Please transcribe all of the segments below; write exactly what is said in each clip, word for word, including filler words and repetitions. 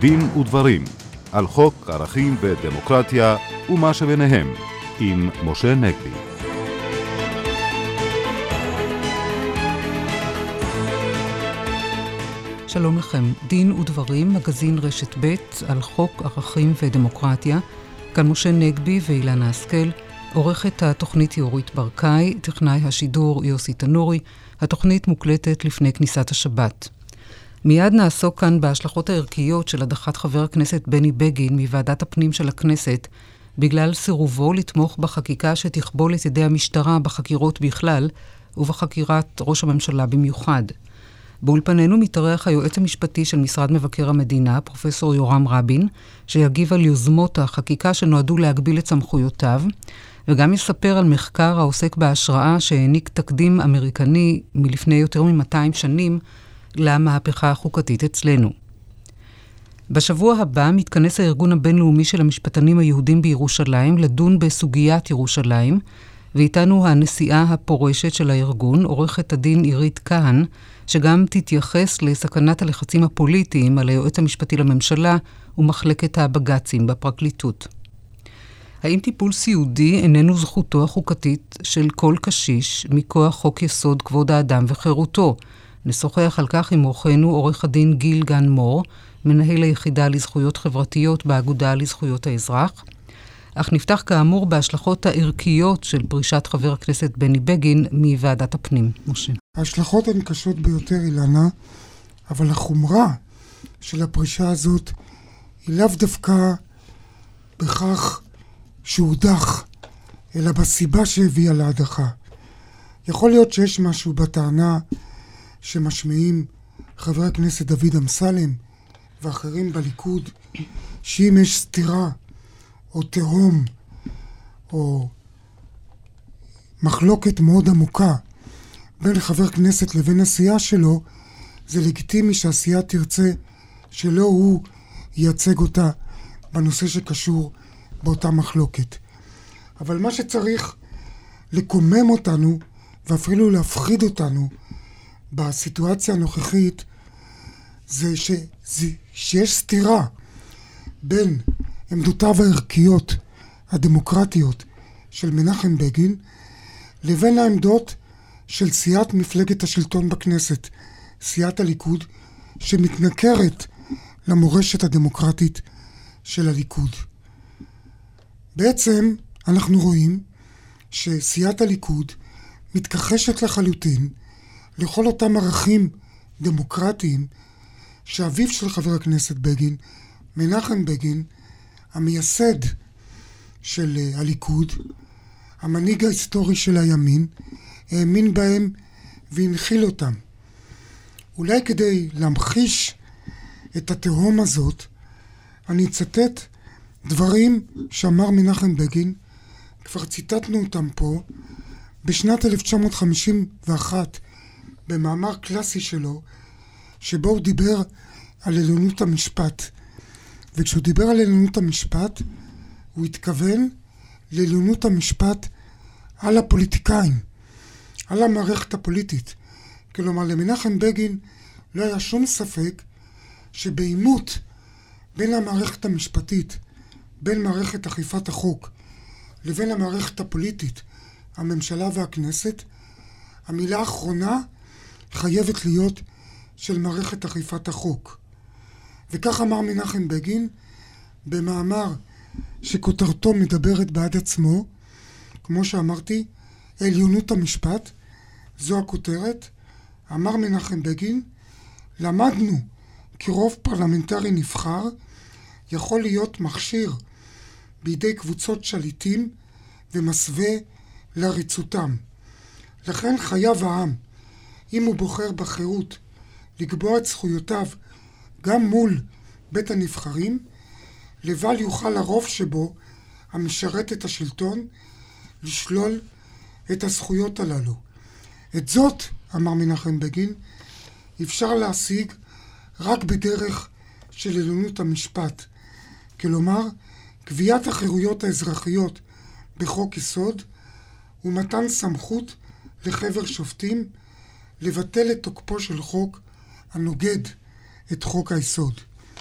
דין ודברים על חוק ערכים ודמוקרטיה ומה שביניהם עם משה נגבי. שלום לכם, דין ודברים, מגזין רשת ב' על חוק ערכים ודמוקרטיה. כאן משה נגבי ואילנה השכל, עורכת התוכנית יורית ברקאי, טכנאי השידור יוסי תנורי. התוכנית מוקלטת לפני כניסת השבת. מיד נעסוק כאן בהשלכות הערכיות של הדחת חבר הכנסת בני בגין מוועדת הפנים של הכנסת, בגלל סירובו לתמוך בחקיקה שתכבול את ידי המשטרה בחקירות בכלל, ובחקירת ראש הממשלה במיוחד. באולפנינו מתארח היועץ המשפטי של משרד מבקר המדינה, פרופסור יורם רבין, שיגיב על יוזמות החקיקה שנועדו להגביל את סמכויותיו, וגם יספר על מחקר העוסק בהשראה שהעניק תקדים אמריקני מלפני יותר מ-מאתיים שנים למהפכה החוקתית אצלנו. בשבוע הבא מתכנס הארגון הבינלאומי של המשפטנים היהודים בירושלים לדון בסוגיית ירושלים, ואיתנו הנשיאה הפורשת של הארגון, עורכת הדין עירית כהן, שגם תתייחס לסכנת הלחצים הפוליטיים על היועץ המשפטי לממשלה ומחלקת הבג"צים בפרקליטות. האם טיפול סיעודי איננו זכותו החוקתית של כל קשיש מכוח חוק יסוד כבוד האדם וחירותו? נשוחח על כך עם אורחנו עורך הדין גיל גן מור, מנהל היחידה לזכויות חברתיות באגודה לזכויות האזרח. אך נפתח כאמור בהשלכות הערכיות של פרישת חבר הכנסת בני בגין מוועדת הפנים. משה. ההשלכות הן קשות ביותר, אילנה, אבל החומרה של הפרישה הזאת היא לאו דווקא בכך שהודח, אלא בסיבה שהביאה להדחה. יכול להיות שיש משהו בטענה שמשמיעים חבר הכנסת דוד אמסלם ואחרים בליכוד, שאם יש סתירה או תהום או מחלוקת מאוד עמוקה בין חבר כנסת לבין הסיעה שלו, זה לגיטימי שהסיעה תרצה שלא הוא ייצג אותה בנושא שקשור באותה מחלוקת. אבל מה שצריך לקומם אותנו ואפילו להפחיד אותנו בסיטואציה הנוכחית זה ש... זה... שיש סתירה בין עמדותיו הערכיות הדמוקרטיות של מנחם בגין לבין העמדות של סיעת מפלגת השלטון בכנסת, סיעת הליכוד, שמתנכרת למורשת הדמוקרטית של הליכוד. בעצם אנחנו רואים שסיעת הליכוד מתכחשת לחלוטין לכל אותם ערכים דמוקרטיים שאביו של חבר הכנסת בגין, מנחם בגין, המייסד של הליכוד, המנהיג ההיסטורי של הימין, האמין בהם והנחיל אותם. אולי כדי להמחיש את התהום הזאת, אני אצטט דברים שאמר מנחם בגין, כבר ציטטנו אותם פה, בשנת אלף תשע מאות חמישים ואחת, במאמר קלאסי שלו, שבו הוא דיבר על עליונות המשפט. וכשהוא דיבר על עליונות המשפט, הוא התכוון לעליונות המשפט על הפוליטיקאים, על המערכת הפוליטית. כלומר, למנחם בגין לא היה שום ספק שבעימות בין המערכת המשפטית, בין מערכת אכיפת החוק, לבין המערכת הפוליטית, הממשלה והכנסת, המילה האחרונה חייבת להיות של מערכת אכיפת החוק. וכך אמר מנחם בגין במאמר שכותרתו מדברת בעד עצמו, כמו שאמרתי, עליונות המשפט, זו הכותרת. אמר מנחם בגין, למדנו כי רוב פרלמנטרי נבחר יכול להיות מכשיר בידי קבוצות שליטים ומסווה לריצותם. לכן חייב העם, אם הוא בוחר בחירות, לקבוע את זכויותיו גם מול בית הנבחרים, לבל יוכל הרוב שבו, המשרת את השלטון, לשלול את הזכויות הללו. את זאת, אמר מנחם בגין, אפשר להשיג רק בדרך של עליונות המשפט. כלומר, קביעת החירויות האזרחיות בחוק יסוד ומתן סמכות לחבר שופטים לבטל את תוקפו של חוק הנוגד את חוק היסוד.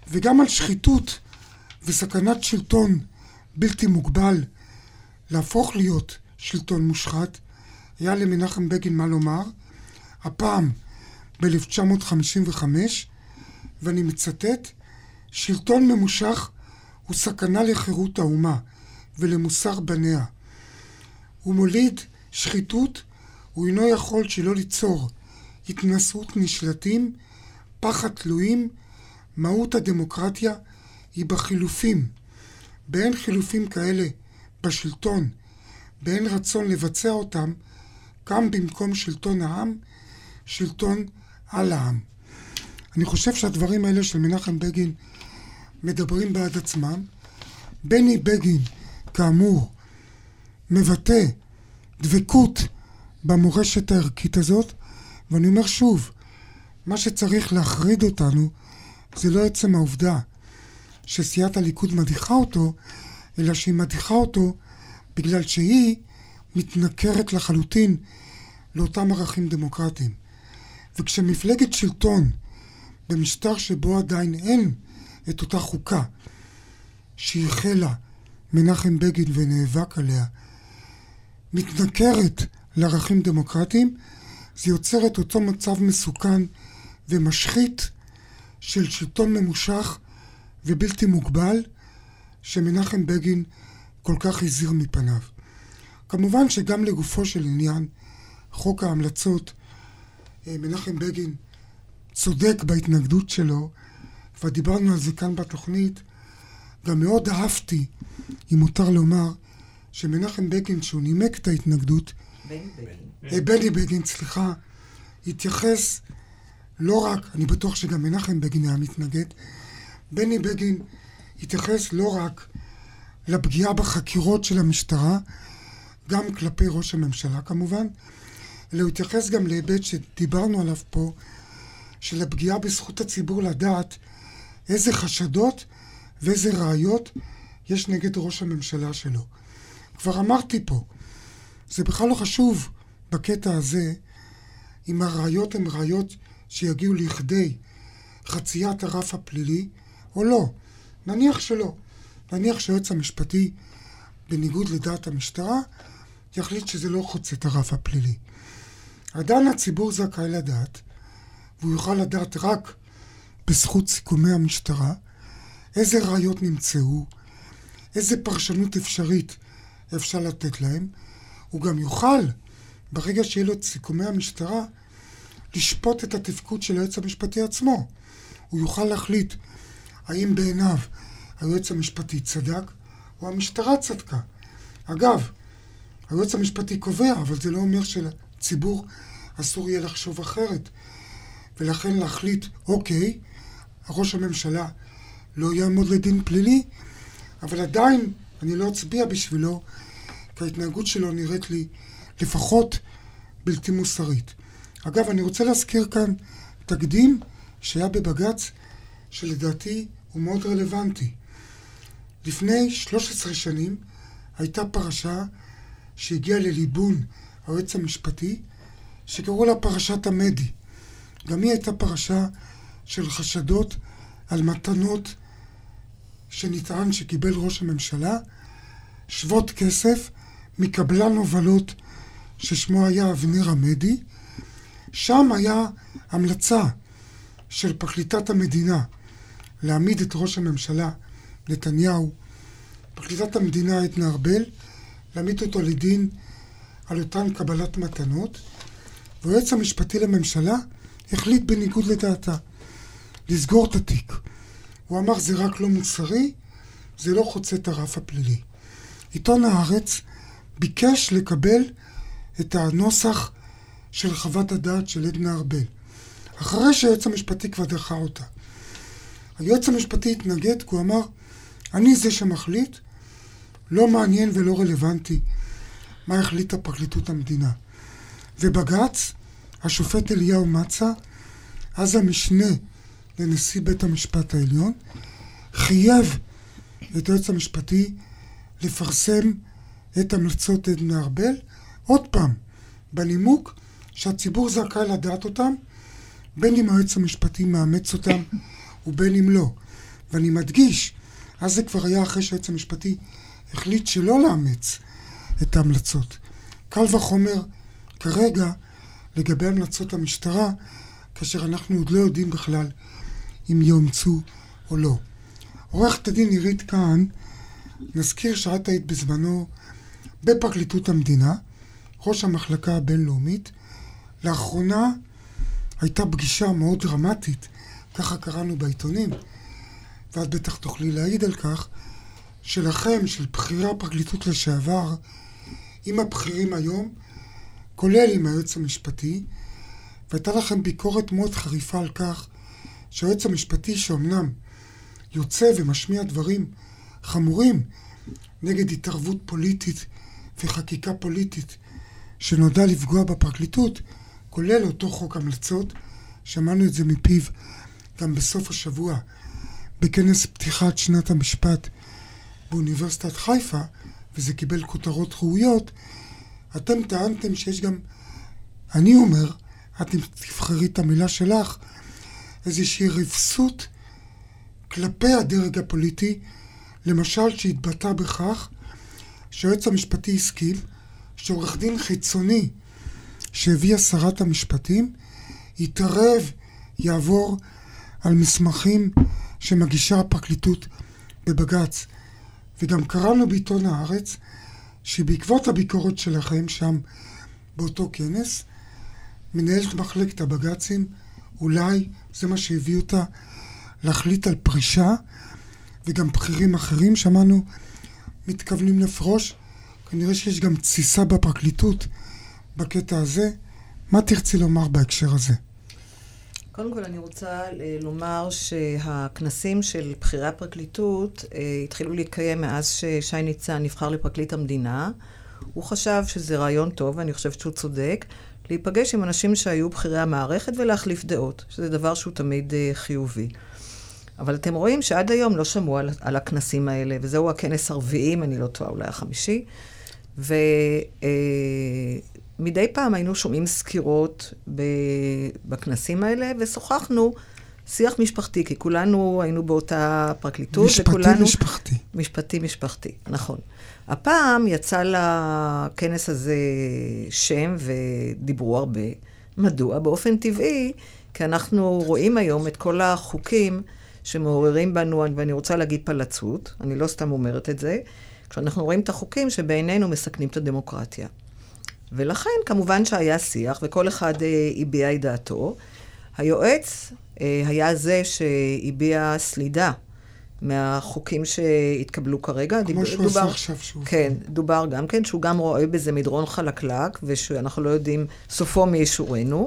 וגם על שחיתות וסכנת שלטון בלתי מוגבל להפוך להיות שלטון מושחת, היה למנחם בגין מה לומר, הפעם ב-אלף תשע מאות חמישים וחמש, ואני מצטט, שלטון ממושך הוא סכנה לחירות האומה ולמוסר בניה. הוא מוליד שחיתות, הוא אינו יכול שלא ליצור התנסות נשלטים, פחד תלויים, מהות הדמוקרטיה היא בחילופים. באין חילופים כאלה בשלטון, באין רצון לבצע אותם, קם במקום שלטון העם, שלטון על העם. אני חושב שהדברים האלה של מנחם בגין מדברים בעד עצמם. בני בגין, כאמור, מבטא דבקות במורשת הערכית הזאת, ואני אומר שוב, מה שצריך להחריד אותנו זה לא עצם העובדה שסיעת הליכוד מדיחה אותו, אלא שהיא מדיחה אותו בגלל שהיא מתנכרת לחלוטין לאותם ערכים דמוקרטיים. וכשמפלגת שלטון במשטר שבו עדיין אין את אותה חוקה שהחלה מנחם בגין ונאבק עליה, מתנכרת לערכים דמוקרטיים, זה יוצר את אותו מצב מסוכן ומשחית של שלטון ממושך ובלתי מוגבל שמנחם בגין כל כך הזהיר מפניו. כמובן שגם לגופו של עניין, חוק ההמלצות, מנחם בגין צודק בהתנגדות שלו, ודיברנו על זה כאן בתוכנית. גם מאוד אהבתי, אם מותר לומר, שמנחם בגין, שהוא נימק את ההתנגדות, בני בגין, בני בגין, סליחה, התייחס לא רק, אני בטוח שגם מנחם בגין היה מתנגד, בני בגין התייחס לא רק לפגיעה בחקירות של המשטרה, גם כלפי ראש הממשלה כמובן, אלא הוא התייחס גם להיבט שדיברנו עליו פה, של הפגיעה בזכות הציבור לדעת איזה חשדות ואיזה ראיות יש נגד ראש הממשלה שלו. כבר אמרתי פה, זה בכלל לא חשוב בקטע הזה, אם הראיות הן ראיות שיגיעו לכדי חציית הרף הפלילי, או לא. נניח שלא. נניח שהיועץ המשפטי, בניגוד לדעת המשטרה, יחליט שזה לא חוצה את הרף הפלילי. עדיין הציבור זכאי לדעת, והוא יוכל לדעת רק בזכות סיכומי המשטרה, איזה ראיות נמצאו, איזה פרשנות אפשרית אפשר לתת להם. הוא גם יוכל, ברגע שיהיה לו את סיכומי המשטרה, לשפוט את התפקוד של היועץ המשפטי עצמו. הוא יוכל להחליט האם בעיניו היועץ המשפטי צדק או המשטרה צדקה. אגב, היועץ המשפטי קובע, אבל זה לא אומר שלציבור אסור יהיה לחשוב אחרת. ולכן להחליט, אוקיי, ראש הממשלה לא יעמוד לדין פלילי, אבל עדיין אני לא אצביע בשבילו, כי ההתנהגות שלו נראית לי לפחות בלתי מוסרית. אגב, אני רוצה להזכיר כאן תקדים שהיה בבג"ץ, שלדעתי הוא מאוד רלוונטי. לפני שלוש עשרה שנים הייתה פרשה שהגיעה לליבון היועץ המשפטי, שקראו לה פרשת המדי. גם היא הייתה פרשה של חשדות על מתנות שנטען שקיבל ראש הממשלה, שוות כסף מקבלן הובלות ששמו היה אבנר עמדי. שם היה המלצה של פרקליטת המדינה להעמיד את ראש הממשלה נתניהו, פרקליטת המדינה עדנה ארבל, להעמיד אותו לדין על אותן קבלת מתנות, והיועץ המשפטי לממשלה החליט בניגוד לדעתה לסגור את התיק. הוא אמר זה רק לא מוסרי, זה לא חוצה את הרף הפלילי. עיתון הארץ ביקש לקבל את הנוסח של חוות הדעת של עדנה ארבל, אחרי שהיועץ המשפטי כבר דחה אותה. היועץ המשפטי התנגד, כי הוא אמר, אני זה שמחליט, לא מעניין ולא רלוונטי מה החליטה פרקליטות המדינה. ובג"ץ, השופט אליהו מצא, אז המשנה לנשיא בית המשפט העליון, חייב את היועץ המשפטי לפרסם את המלצות עדנה ארבל, עוד פעם, בנימוק שהציבור זכאי לדעת אותם, בין אם היועץ המשפטי מאמץ אותם ובין אם לא. ואני מדגיש, אז זה כבר היה אחרי שהיועץ המשפטי החליט שלא לאמץ את ההמלצות. קל וחומר כרגע לגבי המלצות המשטרה, כאשר אנחנו עוד לא יודעים בכלל אם יאומצו או לא. עורכת הדין עירית כהן, נזכיר שאת היית בזמנו בפרקליטות המדינה, ראש המחלקה הבינלאומית. לאחרונה הייתה פגישה מאוד דרמטית, ככה קראנו בעיתונים, ואת בטח תוכלי להעיד על כך, שלכם, של בכירי הפרקליטות לשעבר, עם הבכירים היום, כולל עם היועץ המשפטי, והייתה לכם ביקורת מאוד חריפה על כך שהיועץ המשפטי שאומנם יוצא ומשמיע דברים חמורים נגד התערבות פוליטית וחקיקה פוליטית שנודע לפגוע בפרקליטות, כולל אותו חוק המלצות, שמענו את זה מפיו גם בסוף השבוע בכנס פתיחת שנת המשפט באוניברסיטת חיפה, וזה קיבל כותרות ראויות. אתם טענתם שיש גם, אני אומר, את תבחרי את המילה שלך, איזושהי רפסות כלפי הדרג הפוליטי, למשל שהתבטא בכך שהיועץ המשפטי הסכים שעורך דין חיצוני שהביאה שרת המשפטים יתערב, יעבור על מסמכים שמגישה הפרקליטות בבג"ץ. וגם קראנו בעיתון הארץ שבעקבות הביקורת שלכם שם באותו כנס, מנהלת מחלקת הבג"צים, אולי זה מה שהביא אותה להחליט על פרישה, וגם בכירים אחרים שמענו מתכוונים לפרוש. כנראה שיש גם תסיסה בפרקליטות בקטע הזה. מה תרצי לומר בהקשר הזה? קודם כל אני רוצה לומר שהכנסים של בכירי הפרקליטות התחילו להתקיים מאז ששי ניצן נבחר לפרקליט המדינה. הוא חשב שזה רעיון טוב, ואני חושבת שהוא צודק, להיפגש עם אנשים שהיו בכירי המערכת ולהחליף דעות, שזה דבר שהוא תמיד חיובי. אבל אתם רואים שעד היום לא שמעו על, על הכנסים האלה, וזהו הכנס הרביעי, אני לא טועה, אולי החמישי, ומדי פעם היינו שומעים סקירות בכנסים האלה, ושוחחנו שיח משפחתי, כי כולנו היינו באותה פרקליטות. משפטי וכולנו, משפחתי. משפטי משפחתי, נכון. הפעם יצא לכנס הזה שם ודיברו הרבה. מדוע? באופן טבעי, כי אנחנו רואים היום את כל החוקים שמעוררים בנו, ואני רוצה להגיד פלצות, אני לא סתם אומרת את זה, כשאנחנו רואים את החוקים שבעינינו מסכנים את הדמוקרטיה. ולכן, כמובן שהיה שיח, וכל אחד הביע את דעתו. היועץ היה זה שהביע סלידה מהחוקים שהתקבלו כרגע. כמו שהוא עושה עכשיו שהוא... כן, דובר גם כן, שהוא גם רואה בזה מדרון חלקלק, ושאנחנו לא יודעים סופו מי ישורנו.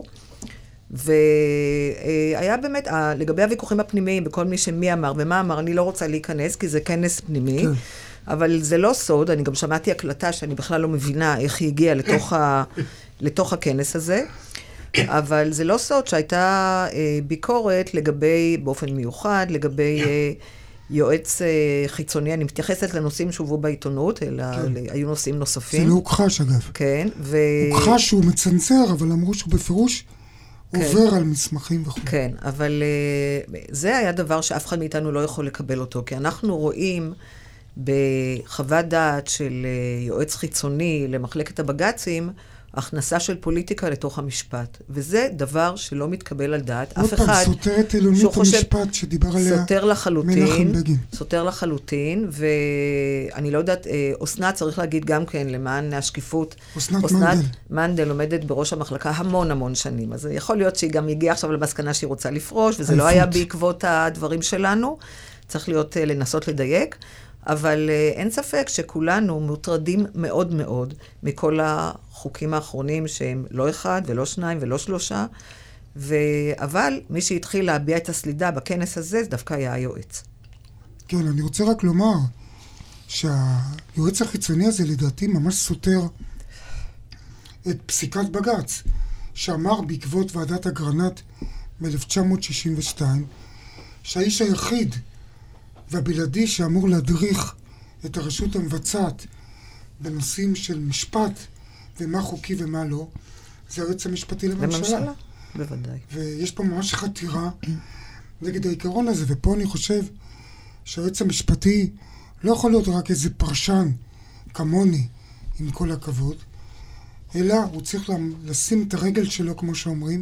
והיה באמת, לגבי הוויכוחים הפנימיים, בכל מי שמי אמר ומה אמר, אני לא רוצה להיכנס, כי זה כנס פנימי. כן. אבל זה לא סוד, אני גם שמעתי הקלטה שאני בכלל לא מבינה איך היא הגיעה לתוך, ה, לתוך הכנס הזה, אבל זה לא סוד שהייתה אה, ביקורת לגבי, באופן מיוחד, לגבי אה, יועץ אה, חיצוני, אני מתייחסת לנושאים שהובאו בעיתונות, אלא כן. היו נושאים נוספים. זה לא הוכחש אגב. כן. ו... הוכחש שהוא מצנצר, אבל אמרו שהוא בפירוש כן. עובר על מסמכים וכו'. כן, אבל אה, זה היה דבר שאף אחד מאיתנו לא יכול לקבל אותו, כי אנחנו רואים בחוות דעת של יועץ חיצוני למחלקת הבג"צים, הכנסה של פוליטיקה לתוך המשפט. וזה דבר שלא מתקבל על דעת. אף אחד... סותר את עילונית המשפט שדיבר עליה סותר לחלוטין, מנחם בגין. סותר לחלוטין, ואני לא יודעת, אסנת צריך להגיד גם כן, למען השקיפות. אסנת מנדל. מנדל עומדת בראש המחלקה המון המון שנים. אז יכול להיות שהיא גם הגיעה עכשיו למסקנה שהיא רוצה לפרוש, וזה לא היה בעקבות הדברים שלנו. צריך להיות, לנסות לדייק. אבל uh, אין ספק שכולנו מוטרדים מאוד מאוד מכל החוקים האחרונים שהם לא אחד ולא שניים ולא שלושה, ו... אבל מי שהתחיל להביע את הסלידה בכנס הזה, זה דווקא היה היועץ. כן, אני רוצה רק לומר שהיועץ החיצוני הזה לדעתי ממש סותר את פסיקת בג"ץ, שאמר בעקבות ועדת אגרנט מ-אלף תשע מאות שישים ושתיים, שהאיש היחיד והבלעדי שאמור להדריך את הרשות המבצעת בנושאים של משפט ומה חוקי ומה לא, זה היועץ המשפטי לממשלה. לממשלה, בוודאי. ויש פה ממש חתירה נגד העיקרון הזה, ופה אני חושב שהיועץ המשפטי לא יכול להיות רק איזה פרשן כמוני, עם כל הכבוד, אלא הוא צריך לשים את הרגל שלו, כמו שאומרים,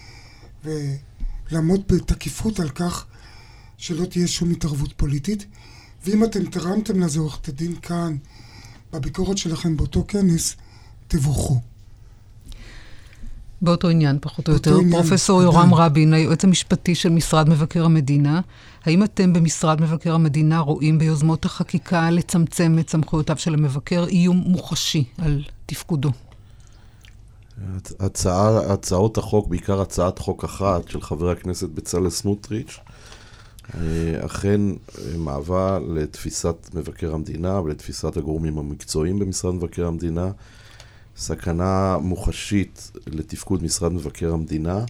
ולעמוד בתקיפות על כך שלא תהיה שום התערבות פוליטית. ואם אתם תרמתם לזה, עורכת הדין כאן, בביקורת שלכם באותו כנס, תבורכו. באותו עניין, פחות או יותר, פרופסור יורם רבין, היועץ המשפטי של משרד מבקר המדינה, האם אתם במשרד מבקר המדינה רואים ביוזמות החקיקה לצמצם את סמכויותיו של המבקר איום מוחשי על תפקודו? הצעה, הצעות החוק, בעיקר הצעת חוק אחת של חבר הכנסת בצלאל סמוטריץ', אכן מהווה לתפיסת מבקר המדינה ולתפיסת הגורמים המקצועיים במשרד מבקר המדינה, סכנה מוחשית לתפקוד משרד מבקר המדינה.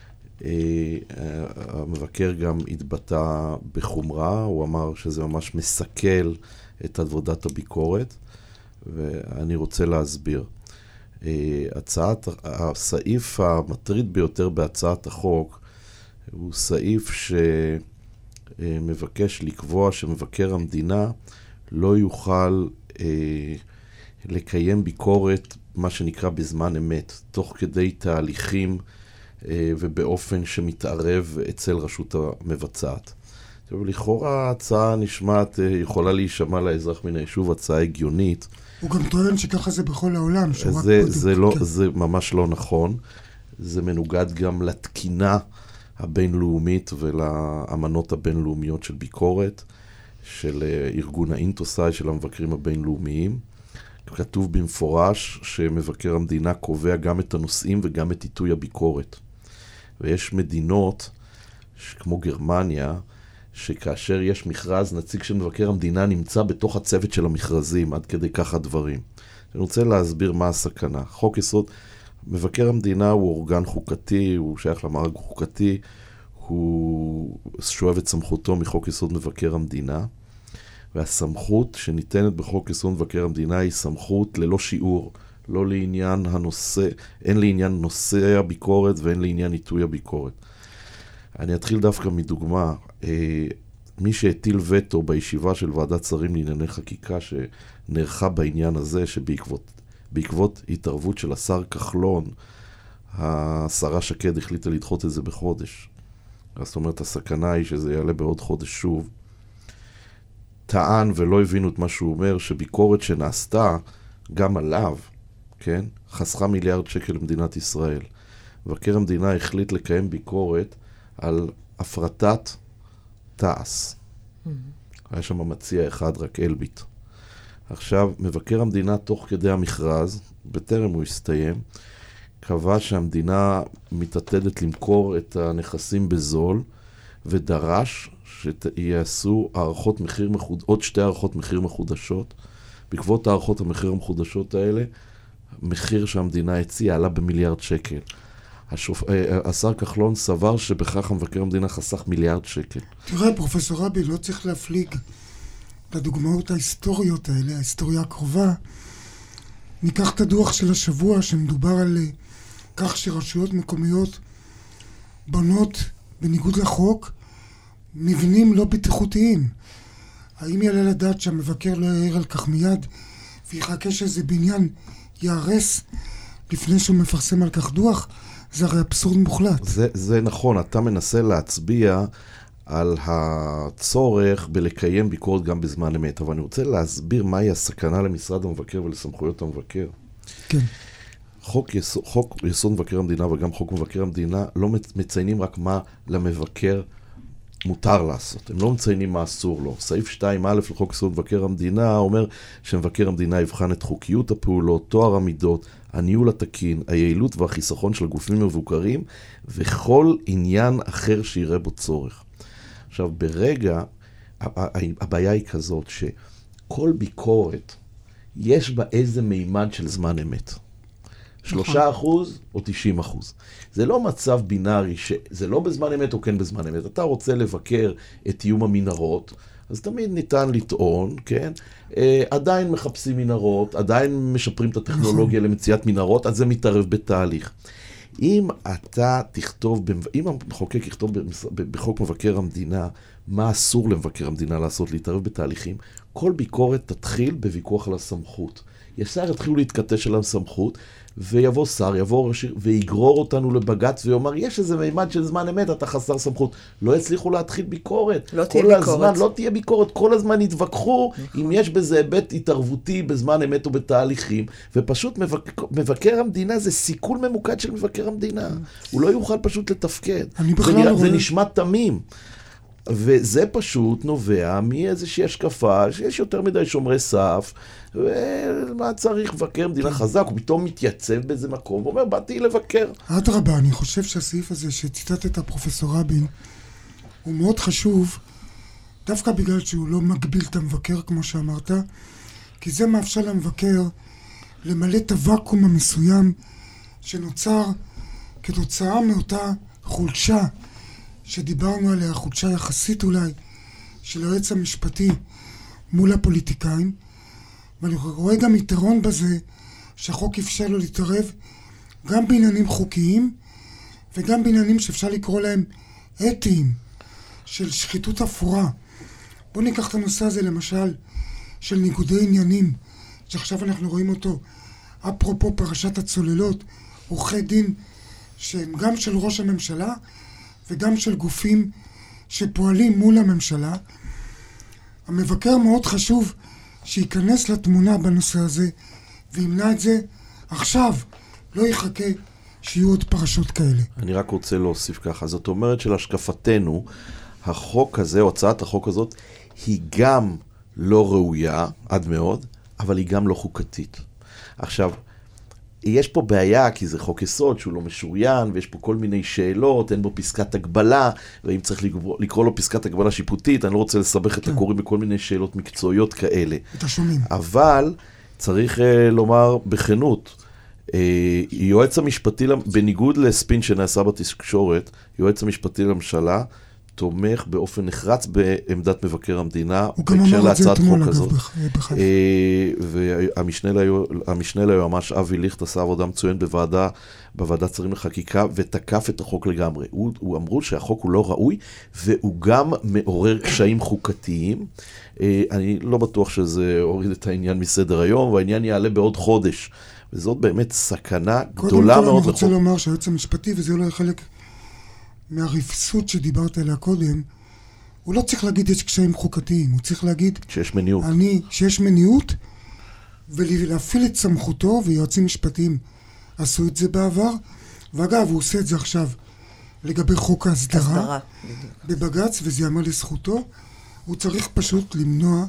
המבקר גם התבטא בחומרה, הוא אמר שזה ממש מסכל את עבודת הביקורת, ואני רוצה להסביר. הצעת, הסעיף המטריד ביותר בהצעת החוק הוא סעיף שמבקש לקבוע שמבקר המדינה לא יוכל אה, לקיים ביקורת, מה שנקרא בזמן אמת, תוך כדי תהליכים אה, ובאופן שמתערב אצל רשות המבצעת. לכאורה ההצעה נשמעת, יכולה להישמע לאזרח מן היישוב, הצעה הגיונית. הוא גם טוען שככה זה בכל העולם. זה, זה, לא, זה ממש לא נכון. זה מנוגד גם לתקינה הבינלאומית ולאמנות הבינלאומיות של ביקורת, של ארגון האינטוסאי, של המבקרים הבינלאומיים. כתוב במפורש שמבקר המדינה קובע גם את הנושאים וגם את עיתוי הביקורת. ויש מדינות כמו גרמניה, שכאשר יש מכרז, נציג של מבקר המדינה נמצא בתוך הצוות של המכרזים, עד כדי כך הדברים. אני רוצה להסביר מה הסכנה. חוק יסוד, מבקר המדינה הוא אורגן חוקתי, הוא שייך למארג חוקתי, הוא שואב את סמכותו מחוק יסוד מבקר המדינה, והסמכות שניתנת בחוק יסוד מבקר המדינה היא סמכות ללא שיעור, לא לעניין הנושא, אין לעניין נושא הביקורת ואין לעניין עיתוי הביקורת. אני אתחיל דווקא מדוגמה, מי שהטיל וטו בישיבה של ועדת שרים לענייני חקיקה שנערכה בעניין הזה, שבעקבות בעקבות התערבות של השר כחלון, השרה שקד החליטה לדחות את זה בחודש. זאת אומרת, הסכנה היא שזה יעלה בעוד חודש שוב. טען ולא הבינו את מה שהוא אומר, שביקורת שנעשתה גם עליו, כן, חסכה מיליארד שקל למדינת ישראל. מבקר המדינה החליט לקיים ביקורת על הפרטת תעש. Mm-hmm. היה שם מציע אחד, רק אלביט. עכשיו, מבקר המדינה תוך כדי המכרז, בטרם הוא הסתיים, קבע שהמדינה מתעתדת למכור את הנכסים בזול, ודרש שיעשו הערכות מחיר מחוד... עוד שתי הערכות מחיר מחודשות. בעקבות הערכות המחיר המחודשות האלה, מחיר שהמדינה הציעה עלה במיליארד שקל. השופ... השר כחלון סבר שבכך המבקר המדינה חסך מיליארד שקל. תראה, פרופסור רבין, לא צריך להפליג לדוגמאות ההיסטוריות האלה, ההיסטוריה הקרובה. ניקח את הדוח של השבוע שמדובר על כך שרשויות מקומיות בונות בניגוד לחוק מבנים לא בטיחותיים. האם יעלה לדעת שהמבקר לא יעיר על כך מיד ויחכה שאיזה בניין יערס לפני שהוא מפרסם על כך דוח? זה הרי אבסורד מוחלט. זה, זה נכון, אתה מנסה להצביע על הצורך בלקיים ביקורת גם בזמן אמת, אבל אני רוצה להסביר מהי הסכנה למשרד המבקר ולסמכויות המבקר. כן. חוק יסוד, חוק יסוד מבקר המדינה וגם חוק מבקר המדינה לא מציינים רק מה למבקר מותר לעשות. הם לא מציינים מה אסור לו. סעיף שתיים א' לחוק יסוד מבקר המדינה אומר שמבקר המדינה יבחן את חוקיות הפעולות, טוהר המידות, הניהול התקין, היעילות והחיסכון של הגופים המבוקרים, וכל עניין אחר שיראה בו צורך. עכשיו, ברגע, הבעיה היא כזאת שכל ביקורת, יש בה איזה מימד של זמן אמת. שלושה אחוז או תשעים אחוז. זה לא מצב בינארי, זה לא בזמן אמת או כן בזמן אמת. אתה רוצה לבקר את איום המנהרות, אז תמיד ניתן לטעון, כן? אה, עדיין מחפשים מנהרות, עדיין משפרים את הטכנולוגיה למציאת מנהרות, אז זה מתערב בתהליך. אם אתה תכתוב, אם המחוקק יכתוב בחוק מבקר המדינה, מה אסור למבקר המדינה לעשות, להתערב בתהליכים, כל ביקורת תתחיל בוויכוח על הסמכות. ישר יתחילו להתכתש על הסמכות, ויבוא שר, יבוא ראש עיר, ויגרור אותנו לבגץ, ויאמר, יש איזה מימד של זמן אמת, אתה חסר סמכות. לא יצליחו להתחיל ביקורת. לא תהיה ביקורת. הזמן, לא תהיה ביקורת. כל הזמן יתווכחו, נכון. אם יש בזה היבט התערבותי בזמן אמת או בתהליכים, ופשוט מבק... מבקר המדינה זה סיכול ממוקד של מבקר המדינה. הוא לא יוכל פשוט לתפקד. זה, נראה, זה נשמע תמים. וזה פשוט נובע מאיזושהי השקפה שיש יותר מדי שומרי סף, ומה צריך לבקר מדינה חזק, הוא פתאום מתייצב באיזה מקום, ואומר, באתי לבקר. אדרבה, אני חושב שהסעיף הזה שציטטת פרופסור רבין, הוא מאוד חשוב, דווקא בגלל שהוא לא מגביל את המבקר, כמו שאמרת, כי זה מאפשר למבקר למלא את הוואקום המסוים שנוצר כתוצאה מאותה חולשה, שדיברנו עליה, חודשה יחסית אולי, של היועץ המשפטי מול הפוליטיקאים, ואני רואה גם יתרון בזה שהחוק אפשר לו להתערב גם בעניינים חוקיים וגם בעניינים שאפשר לקרוא להם אתיים, של שחיתות אפורה. בואו ניקח את הנושא הזה למשל של ניגודי עניינים, שעכשיו אנחנו רואים אותו, אפרופו פרשת הצוללות, עורכי דין שהם גם של ראש הממשלה, וגם של גופים שפועלים מול הממשלה. המבקר מאוד חשוב שייכנס לתמונה בנושא הזה, וימנע את זה עכשיו, לא יחכה שיהיו עוד פרשות כאלה. אני רק רוצה להוסיף ככה, זאת אומרת שלהשקפתנו, החוק הזה, או הצעת החוק הזאת, היא גם לא ראויה, עד מאוד, אבל היא גם לא חוקתית. עכשיו, יש פה בעיה, כי זה חוק יסוד שהוא לא משוריין, ויש פה כל מיני שאלות, אין בו פסקת הגבלה, ואם צריך לקרוא, לקרוא לו פסקת הגבלה שיפוטית, אני לא רוצה לסבך את הקוראים בכל מיני שאלות מקצועיות כאלה. את השומעים. אבל צריך uh, לומר בכנות, uh, יועץ המשפטי, בניגוד לספין שנעשה בתקשורת, יועץ המשפטי לממשלה, תומך באופן נחרץ בעמדת מבקר המדינה, בהקשר להצעת חוק הזאת. והמשנה ליועמ"ש אבי ליכט עשה עבודה מצוין בוועדה, בוועדת שרים לחקיקה, ותקף את החוק לגמרי. הוא, הוא אמרו שהחוק הוא לא ראוי, והוא גם מעורר קשיים חוקתיים. אני לא בטוח שזה הוריד את העניין מסדר היום, והעניין יעלה בעוד חודש. וזאת באמת סכנה גדולה מאוד. קודם כל אני רוצה לומר שהיועץ המשפטי, וזה לא חלק מהרפסות שדיברת עליה קודם, הוא לא צריך להגיד יש קשיים חוקתיים, הוא צריך להגיד שיש מניעות. אני, שיש מניעות, ולהפעיל את סמכותו, ויועצים משפטיים עשו את זה בעבר, ואגב, הוא עושה את זה עכשיו לגבי חוק ההסדרה, בבגץ, וזה יאמר לזכותו, הוא צריך פשוט למנוע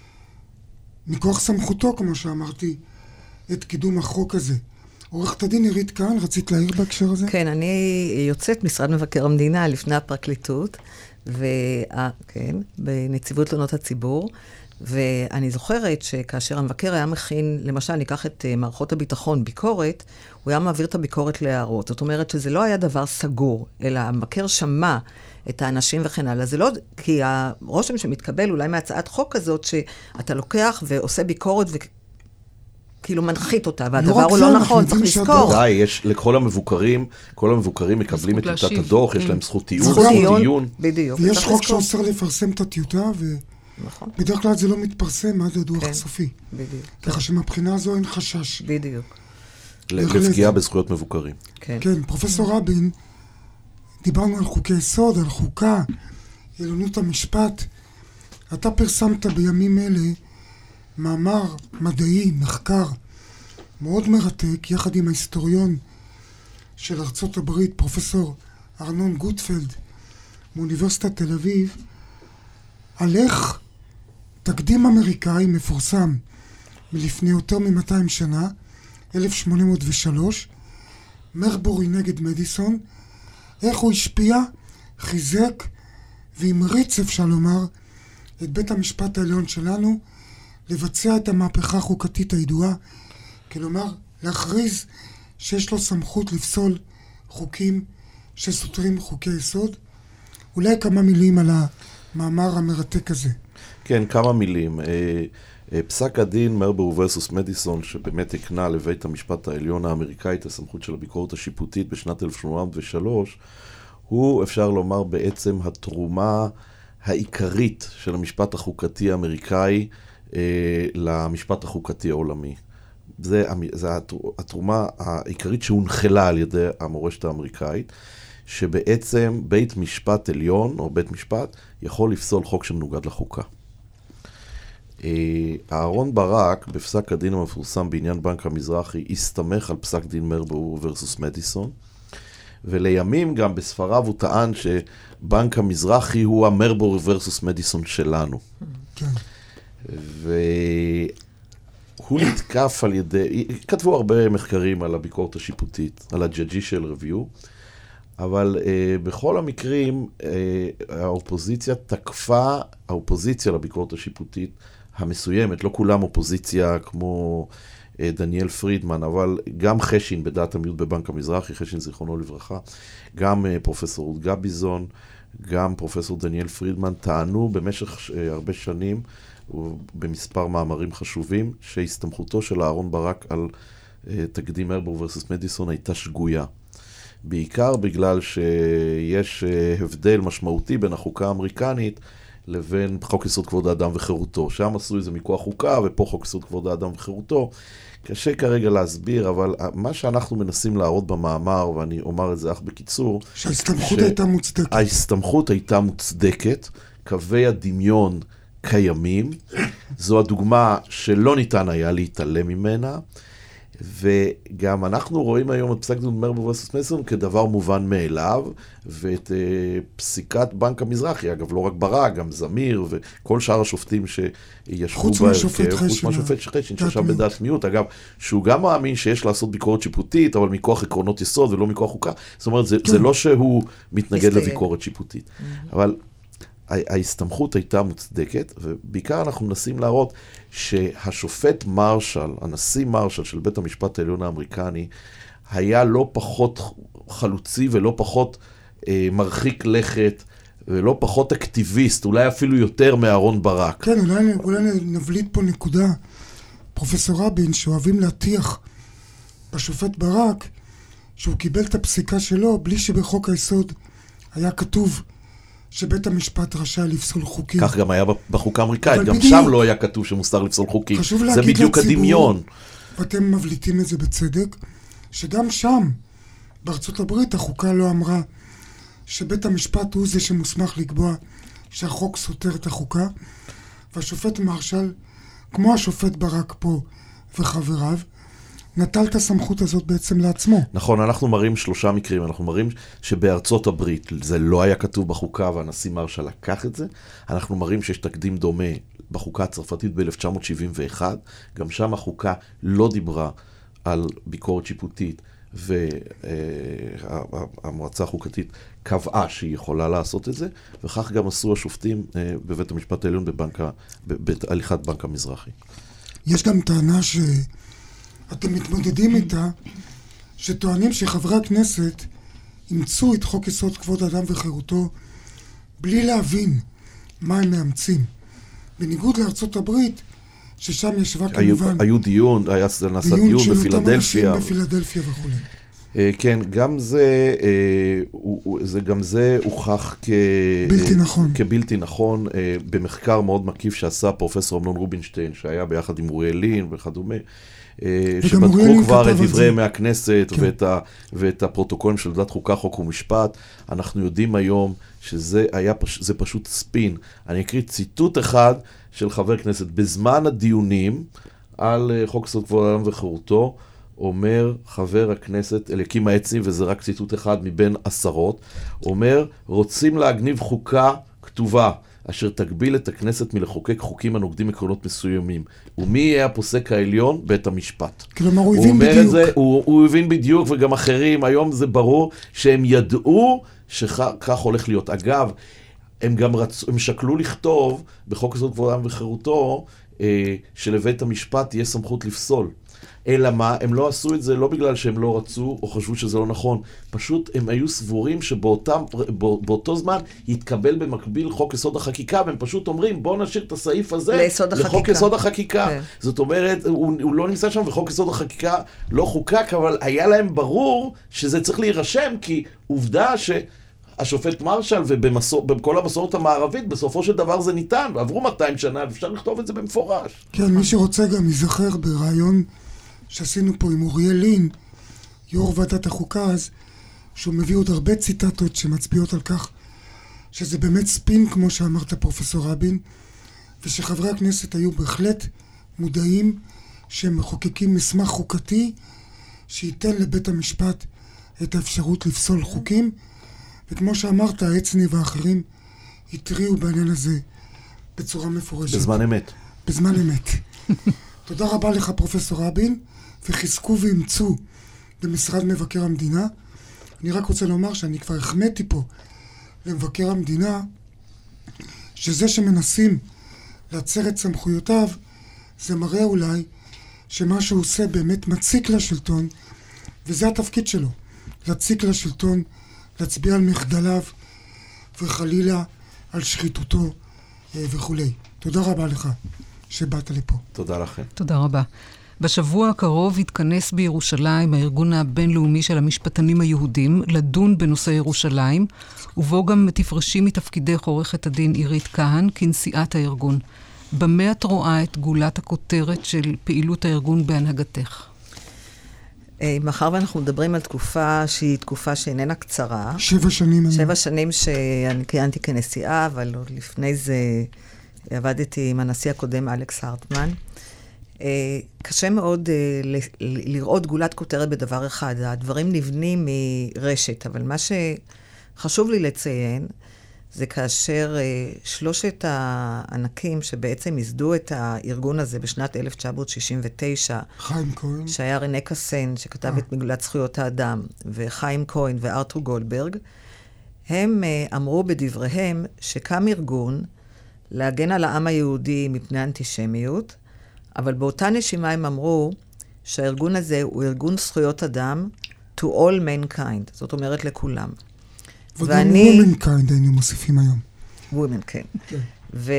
מכוח סמכותו, כמו שאמרתי, את קידום החוק הזה. עורכת הדין עירית כאן, רצית להעיר בהקשר הזה? כן, אני יוצאת משרד מבקר המדינה לפני הפרקליטות, וה, כן, בנציבות תלונות הציבור, ואני זוכרת שכאשר המבקר היה מכין, למשל, ניקח את מערכות הביטחון, ביקורת, הוא היה מעביר את הביקורת להערות. זאת אומרת שזה לא היה דבר סגור, אלא המבקר שמע את האנשים וכן הלאה. זה לא, כי הרושם שמתקבל אולי מהצעת חוק הזאת, שאתה לוקח ועושה ביקורת ו... כאילו מנחית אותה, והדבר הוא לא נכון, צריך לזכור. די, יש לכל המבוקרים, כל המבוקרים מקבלים את טיוטת הדוח, יש להם זכות טיעון. בדיוק. ויש חוק שאוסר לפרסם את הטיוטה, ובדרך כלל זה לא מתפרסם עד הדוח הסופי. בדיוק. ככה שמבחינה הזו אין חשש. בדיוק. לפגיעה בזכויות מבוקרים. כן, פרופסור רבין, דיברנו על חוקי יסוד, על חוקה, עליונות המשפט. אתה פרסמת בימים אלה מאמר מדעי, מחקר, מאוד מרתק, יחד עם ההיסטוריון של ארצות הברית, פרופסור ארנון גוטפלד, מאוניברסיטת תל אביב, על איך תקדים אמריקאי מפורסם מלפני יותר מ-מאתיים שנה, אלף שמונה מאות ושלוש, מרבורי נגד מדיסון, איך הוא השפיע, חיזק והמריץ, אפשר לומר, את בית המשפט העליון שלנו, לבצע את המהפכה החוקתית הידועה, כלומר, להכריז שיש לו סמכות לפסול חוקים שסותרים חוקי יסוד. אולי כמה מילים על המאמר המרתק הזה. כן, כמה מילים. פסק הדין מרברו ורסוס מדיסון, שבאמת הקנה לבית המשפט העליון האמריקאי את הסמכות של הביקורת השיפוטית בשנת אלף שמונה מאות ושלוש, הוא, אפשר לומר, בעצם התרומה העיקרית של המשפט החוקתי האמריקאי אה, למשפט החוקתי העולמי. זה, זה התרומה העיקרית שהונחלה על ידי המורשת האמריקאית, שבעצם בית משפט עליון, או בית משפט, יכול לפסול חוק שמנוגד לחוקה. אהרון ברק, בפסק הדין המפורסם בעניין בנק המזרחי, הסתמך על פסק דין מרברו ורסוס מדיסון, ולימים גם בספריו הוא טען שבנק המזרחי הוא המרברו ורסוס מדיסון שלנו. והוא נתקף על ידי, כתבו הרבה מחקרים על הביקורת השיפוטית, על ה-Judicial Review, אבל uh, בכל המקרים uh, האופוזיציה תקפה, האופוזיציה לביקורת השיפוטית המסוימת, לא כולם אופוזיציה כמו uh, דניאל פרידמן, אבל גם חשין בדעת המיעוט בבנק המזרחי, חשין זיכרונו לברכה, גם uh, פרופסור רות גביזון, גם פרופסור דניאל פרידמן, טענו במשך uh, הרבה שנים, במספר מאמרים חשובים, שהסתמכותו של אהרון ברק על uh, תקדים מרברו ורסוס מדיסון הייתה שגויה. בעיקר בגלל שיש הבדל משמעותי בין החוקה האמריקנית לבין חוק יסוד כבוד האדם וחירותו. שם עשו איזה מכוח חוקה, ופה חוק יסוד כבוד האדם וחירותו. קשה כרגע להסביר, אבל מה שאנחנו מנסים להראות במאמר, ואני אומר את זה אך בקיצור, שההסתמכות הייתה מוצדקת. ההסתמכות הייתה מוצדקת, קווי הדמיון קיימים, זו הדוגמה שלא ניתן היה להתעלם ממנה, וגם אנחנו רואים היום את פסק דין מרברו ורסוס מדיסון כדבר מובן מאליו, ואת uh, פסיקת בנק המזרחי, אגב לא רק ברק, גם זמיר וכל שאר השופטים שישבו בהרכב, חוץ מהשופט חשין שישב בדעת מיעוט, אגב, שהוא גם מאמין שיש לעשות ביקורת שיפוטית, אבל מכוח עקרונות יסוד ולא מכוח חוקה, זאת אומרת, זה, זה לא שהוא מתנגד לביקורת שיפוטית, אבל ההסתמכות הייתה מוצדקת, ובעיקר אנחנו מנסים להראות שהשופט מרשל, הנשיא מרשל של בית המשפט העליון האמריקני, היה לא פחות חלוצי ולא פחות אה, מרחיק לכת, ולא פחות אקטיביסט, אולי אפילו יותר מאהרון ברק. כן, אולי, אולי נבליט פה נקודה. פרופסור רבין, שאוהבים להטיח בשופט ברק, שהוא קיבל את הפסיקה שלו, בלי שבחוק היסוד היה כתוב שבית המשפט רשאי לפסול חוקים. כך גם היה בחוקה האמריקאית, גם שם לא היה כתוב שמוסר לפסול חוקים. זה בדיוק הדמיון. ואתם מבליטים את זה בצדק, שגם שם, בארצות הברית, החוקה לא אמרה שבית המשפט הוא זה שמוסמך לקבוע שהחוק סותר את החוקה, והשופט מרשל, כמו השופט ברק פה וחבריו, נטל את הסמכות הזאת בעצם לעצמו. נכון, אנחנו מראים שלושה מקרים. אנחנו מראים שבארצות הברית זה לא היה כתוב בחוקה, והנשיא מרשל לקח את זה. אנחנו מראים שיש תקדים דומה בחוקה הצרפתית ב-אלף תשע מאות שבעים ואחת. גם שם החוקה לא דיברה על ביקורת שיפוטית, והמועצה החוקתית קבעה שהיא יכולה לעשות את זה, וכך גם עשו השופטים בבית המשפט העליון בהליכת בנק המזרחי. יש גם טענה ש... אתם מתמודדים איתה, שטוענים שחברי הכנסת אימצו את חוק יסוד כבוד האדם וחירותו בלי להבין מה הם מאמצים. בניגוד לארצות הברית, ששם ישבה כמובן... היו דיון, היה נעשה דיון בפילדלפיה. בפילדלפיה וכו'. כן, גם זה, זה גם זה הוכח בלתי נכון. כבלתי נכון, במחקר מאוד מקיף שעשה פרופסור אמנון רובינשטיין, שהיה ביחד עם אוריאל לין וכדומה, שבדקו כבר את דברי מהכנסת כן. ואת, ה, ואת הפרוטוקולים של ועדת חוקה, חוק ומשפט. אנחנו יודעים היום שזה היה, זה פשוט ספין. אני אקריא ציטוט אחד של חבר כנסת. בזמן הדיונים על חוק יסוד כבוד האדם וחירותו, אומר חבר הכנסת אליקים העצני, וזה רק ציטוט אחד מבין עשרות, אומר, רוצים להגניב חוקה כתובה, אשר תגביל את הכנסת מלחוקק חוקים הנוגדים עקרונות מסוימים. ומי יהיה הפוסק העליון? בית המשפט. כלומר, הוא הבין בדיוק. זה, הוא, הוא הבין בדיוק, וגם אחרים, היום זה ברור שהם ידעו שכך הולך להיות. אגב, הם גם רצו, הם שקלו לכתוב בחוק יסוד כבוד האדם וחירותו, אה, שלבית המשפט תהיה סמכות לפסול. אלא מה? הם לא עשו את זה לא בגלל שהם לא רצו או חשבו שזה לא נכון. פשוט הם היו סבורים שבאותם, בא, באותו זמן יתקבל במקביל חוק יסוד החקיקה, והם פשוט אומרים בואו נשאיר את הסעיף הזה לחוק יסוד החקיקה. כן. זאת אומרת, הוא, הוא לא נמצא שם וחוק יסוד החקיקה לא חוקק, אבל היה להם ברור שזה צריך להירשם, כי עובדה ש... השופט מרשל ובכל המסורת המערבית, בסופו של דבר זה ניתן, ועברו מאתיים שנה, ואפשר לכתוב את זה במפורש. כן, מי שרוצה גם יזכר ברעיון שעשינו פה עם אוריאל לין, יו"ר ועדת החוקה אז, שהוא מביא עוד הרבה ציטטות שמצביעות על כך, שזה באמת ספין, כמו שאמרת פרופסור רבין, ושחברי הכנסת היו בהחלט מודעים שהם מחוקקים מסמך חוקתי, שייתן לבית המשפט את האפשרות לפסול חוקים, וכמו שאמרת, העצני ואחרים התריעו בעניין הזה בצורה מפורשת. בזמן אמת. בזמן אמת. תודה רבה לך פרופסור רבין, וחיזקו ואמצו במשרד מבקר המדינה. אני רק רוצה לומר שאני כבר החמאתי פה למבקר המדינה, שזה שמנסים לעצר את סמכויותיו, זה מראה אולי שמה שהוא עושה באמת מציק לשלטון, וזה התפקיד שלו, להציק לשלטון, להצביע על מחדליו וחלילה על שחיתותו וכו'. תודה רבה לך שבאת לפה. תודה לכם. תודה רבה. בשבוע הקרוב יתכנס בירושלים הארגון הבינלאומי של המשפטנים היהודים לדון בנושא ירושלים, ובו גם תפרשי מתפקידך עורכת הדין עירית כהן כנשיאת הארגון. במה את רואה את גולת הכותרת של פעילות הארגון בהנהגתך? מאחר ואנחנו מדברים על תקופה שהיא תקופה שאיננה קצרה. שבע שנים. שבע שנים שאני כיהנתי כנשיאה, אבל לפני זה עבדתי עם הנשיא הקודם אלכס הרטמן. קשה מאוד לראות גולת כותרת בדבר אחד. הדברים נבנים מרשת, אבל מה שחשוב לי לציין, זה כאשר שלושת הענקים שבעצם ייסדו את הארגון הזה בשנת אלף תשע מאות שישים ותשע, חיים כהן, שהיה רנה קסן, שכתב את מגילת זכויות האדם, וחיים כהן וארתור גולדברג, הם אמרו בדבריהם שקם ארגון להגן על העם היהודי מפני אנטישמיות, אבל באותה נשימה הם אמרו שהארגון הזה הוא ארגון זכויות אדם to all mankind, זאת אומרת לכולם. וגם womankind היינו מוסיפים היום. women, כן. ו,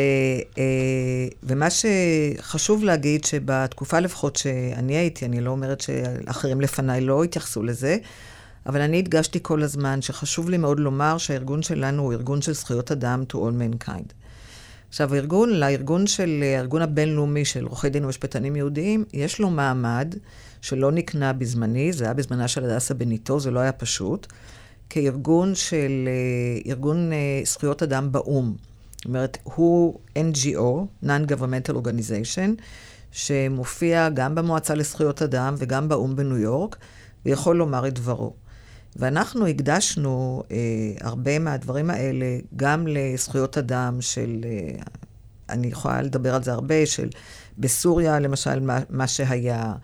ומה שחשוב להגיד שבתקופה לפחות שאני הייתי, אני לא אומרת שאחרים לפניי לא התייחסו לזה, אבל אני הדגשתי כל הזמן שחשוב לי מאוד לומר שהארגון שלנו הוא ארגון של זכויות אדם to all mankind. עכשיו, הארגון, לארגון של, הארגון הבינלאומי של עורכי דין ומשפטנים יהודיים, יש לו מעמד שלא נקנה בזמני, זה היה בזמנה של הדסה בניטו, זה לא היה פשוט, כארגון של, ארגון זכויות אדם באום. זאת אומרת, הוא אן ג'י או, Non-Governmental Organization, שמופיע גם במועצה לזכויות אדם וגם באום בניו יורק, ויכול לומר את דברו. ואנחנו הקדשנו אה, הרבה מהדברים האלה, גם לזכויות אדם של, אה, אני יכולה לדבר על זה הרבה, של בסוריה, למשל, מה, מה שהיה,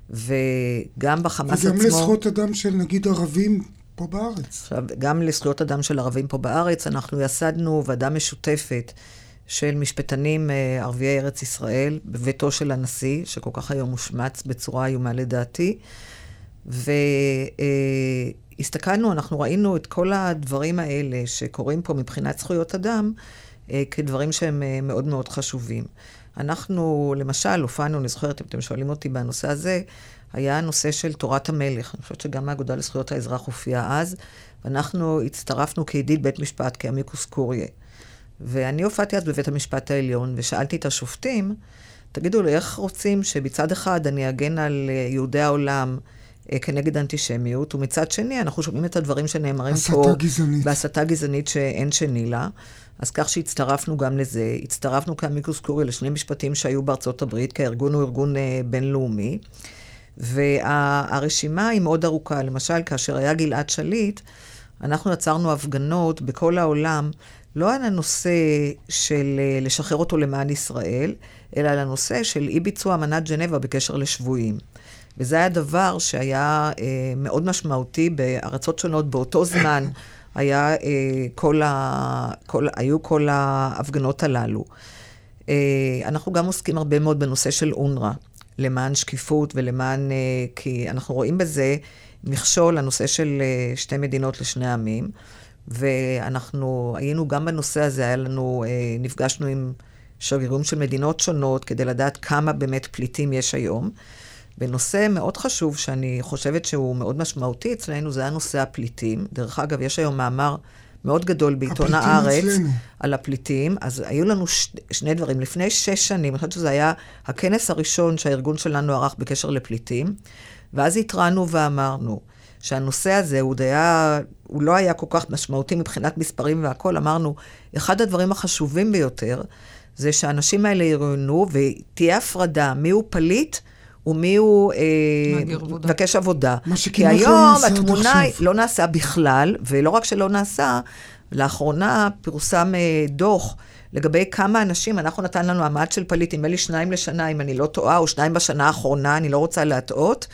וגם בחמאס עצמו. וגם לזכויות אדם של נגיד ערבים פה בארץ. עכשיו, גם לזכויות אדם של ערבים פה בארץ, אנחנו יסדנו ועדה משותפת של משפטנים אה, ערביי ארץ ישראל, בביתו של הנשיא, שכל כך היום מושמץ בצורה איומה לדעתי, ו... אה, הסתכלנו, אנחנו ראינו את כל הדברים האלה שקורים פה מבחינת זכויות אדם, אה, כדברים שהם אה, מאוד מאוד חשובים. אנחנו, למשל, הופענו, אני זוכרת, אם אתם שואלים אותי בנושא הזה, היה הנושא של תורת המלך. אני חושבת שגם האגודה לזכויות האזרח הופיעה אז, ואנחנו הצטרפנו כידיד בית משפט, כאמיקוס קוריה. ואני הופעתי אז בבית המשפט העליון, ושאלתי את השופטים, תגידו לי, איך רוצים שבצד אחד אני אגן על יהודי העולם, כנגד אנטישמיות, ומצד שני אנחנו שומעים את הדברים שנאמרים פה, גזענית. בהסתה גזענית שאין שני לה, אז כך שהצטרפנו גם לזה, הצטרפנו כאמיקוס קורי לשני משפטים שהיו בארצות הברית, כי הארגון הוא ארגון אה, בינלאומי, והרשימה היא מאוד ארוכה, למשל כאשר היה גלעד שליט, אנחנו יצרנו הפגנות בכל העולם, לא על הנושא של אה, לשחרר אותו למען ישראל, אלא על הנושא של אי ביצוע אמנת ג'נבה בקשר לשבויים. וזה היה דבר שהיה אה, מאוד משמעותי בארצות שונות באותו זמן. היה, אה, כל ה, כל, היו כל ההפגנות הללו. אה, אנחנו גם עוסקים הרבה מאוד בנושא של אונר"א, למען שקיפות ולמען, אה, כי אנחנו רואים בזה מכשול לנושא של אה, שתי מדינות לשני עמים, ואנחנו היינו גם בנושא הזה, היה לנו, אה, נפגשנו עם שגרירים של מדינות שונות, כדי לדעת כמה באמת פליטים יש היום. בנושא מאוד חשוב, שאני חושבת שהוא מאוד משמעותי אצלנו, זה הנושא הפליטים. דרך אגב, יש היום מאמר מאוד גדול בעיתון הארץ אצלנו. על הפליטים. אז היו לנו ש... שני דברים. לפני שש שנים, אני חושבת שזה היה הכנס הראשון שהארגון שלנו ערך בקשר לפליטים, ואז התרענו ואמרנו שהנושא הזה הוא, היה, הוא לא היה כל כך משמעותי מבחינת מספרים והכל. אמרנו, אחד הדברים החשובים ביותר, זה שהאנשים האלה יראיינו ותהיה הפרדה, מי הוא פליט ומי הוא מבקש עבודה. כי היום התמונה לא נעשה בכלל, ולא רק שלא נעשה, לאחרונה פורסם דוח לגבי כמה אנשים, אנחנו נתן לנו עמד של פליט, נדמה לי שניים לשנה, אם אני לא טועה, או שניים בשנה האחרונה, אני לא רוצה להטעות,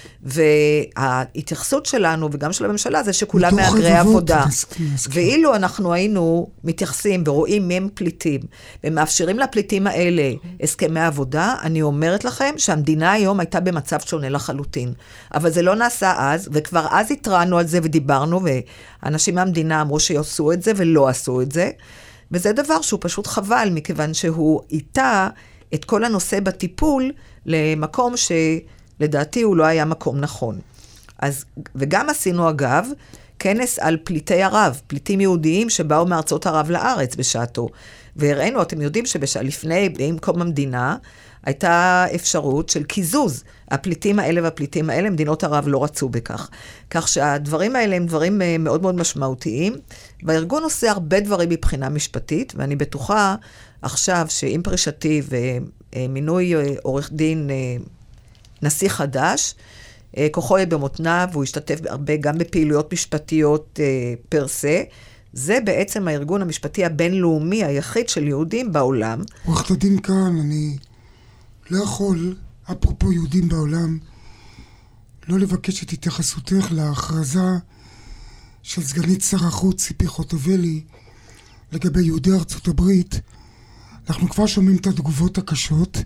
וההתייחסות שלנו, וגם של הממשלה, זה שכולם מהגרי עבודה. ואילו אנחנו היינו מתייחסים ורואים מי הם פליטים, ומאפשרים לפליטים האלה הסכמי עבודה, אני אומרת לכם שהמדינה היום הייתה במצב שונה לחלוטין. אבל זה לא נעשה אז, וכבר אז התרענו על זה ודיברנו, ואנשים מהמדינה אמרו שיעשו את זה ולא עשו את זה, וזה דבר שהוא פשוט חבל, מכיוון שהוא איתה את כל הנושא בטיפול למקום ש... לדעתי הוא לא היה מקום נכון. אז, וגם עשינו אגב, כנס על פליטי ערב, פליטים יהודיים שבאו מארצות ערב לארץ בשעתו. והראינו, אתם יודעים שלפני, עם קום המדינה, הייתה אפשרות של קיזוז. הפליטים האלה והפליטים האלה, מדינות ערב לא רצו בכך. כך שהדברים האלה הם דברים מאוד מאוד משמעותיים, והארגון עושה הרבה דברים מבחינה משפטית, ואני בטוחה עכשיו שעם פרישתי ומינוי עורך דין נשיא חדש, כוחו יהיה במותניו, והוא השתתף הרבה גם בפעילויות משפטיות פר סה. זה בעצם הארגון המשפטי הבינלאומי היחיד של יהודים בעולם. עורכת הדין כאן, אני לא יכול, אפרופו יהודים בעולם, לא לבקש את התייחסותך להכרזה של סגנית שר החוץ ציפי חוטובלי לגבי יהודי ארצות הברית. אנחנו כבר שומעים את התגובות הקשות,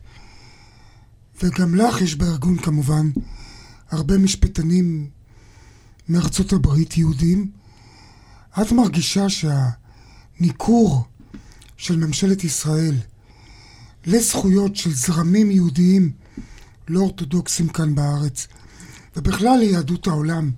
וגם לך יש בארגון כמובן הרבה משפטנים מארצות הברית יהודים. את מרגישה שהניקור של ממשלת ישראל לזכויות של זרמים יהודיים לא אורתודוקסים כאן בארץ, ובכלל ליהדות העולם,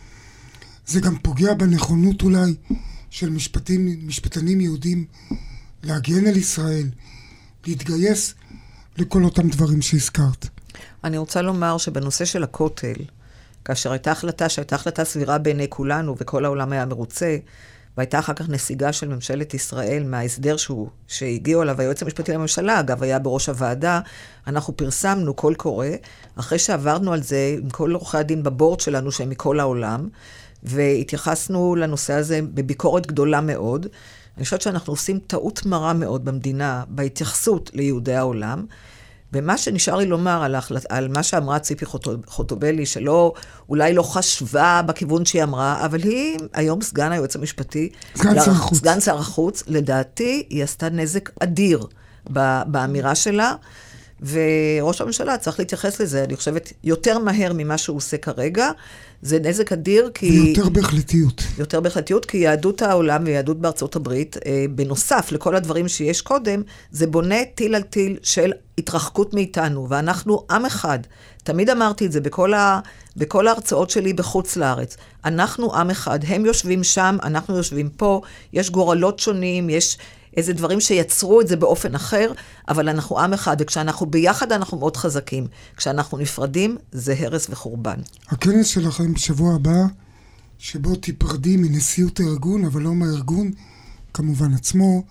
זה גם פוגע בנכונות אולי של משפטים, משפטנים יהודים להגן על ישראל, להתגייס לכל אותם דברים שהזכרת. אני רוצה לומר שבנושא של הכותל, כאשר הייתה החלטה, שהייתה החלטה סבירה בעיני כולנו, וכל העולם היה מרוצה, והייתה אחר כך נסיגה של ממשלת ישראל מההסדר שהוא, שהגיעו עליו היועץ המשפטי לממשלה, אגב, היה בראש הוועדה, אנחנו פרסמנו קול קורא, אחרי שעברנו על זה עם כל עורכי הדין בבורד שלנו, שהם מכל העולם, והתייחסנו לנושא הזה בביקורת גדולה מאוד. אני חושבת שאנחנו עושים טעות מרה מאוד במדינה, בהתייחסות ליהודי העולם, ומה שנשאר לי לומר על, ההחלט, על מה שאמרה ציפי חוטובלי, שלא, אולי לא חשבה בכיוון שהיא אמרה, אבל היא היום סגן היועץ המשפטי, סגן שר החוץ. סגן שר החוץ, לדעתי היא עשתה נזק אדיר באמירה שלה, וראש הממשלה צריך להתייחס לזה, אני חושבת, יותר מהר ממה שהוא עושה כרגע, זה נזק אדיר כי... ויותר בהחלטיות. יותר בהחלטיות, כי יהדות העולם ויהדות בארצות הברית, אה, בנוסף לכל הדברים שיש קודם, זה בונה טיל על טיל של התרחקות מאיתנו, ואנחנו עם אחד. תמיד אמרתי את זה בכל, ה, בכל ההרצאות שלי בחוץ לארץ. אנחנו עם אחד, הם יושבים שם, אנחנו יושבים פה, יש גורלות שונים, יש איזה דברים שיצרו את זה באופן אחר, אבל אנחנו עם אחד, וכשאנחנו ביחד אנחנו מאוד חזקים. כשאנחנו נפרדים, זה הרס וחורבן. הכנס שלכם בשבוע הבא, שבו תיפרדי מנשיאות הארגון, אבל לא מהארגון, כמובן עצמו,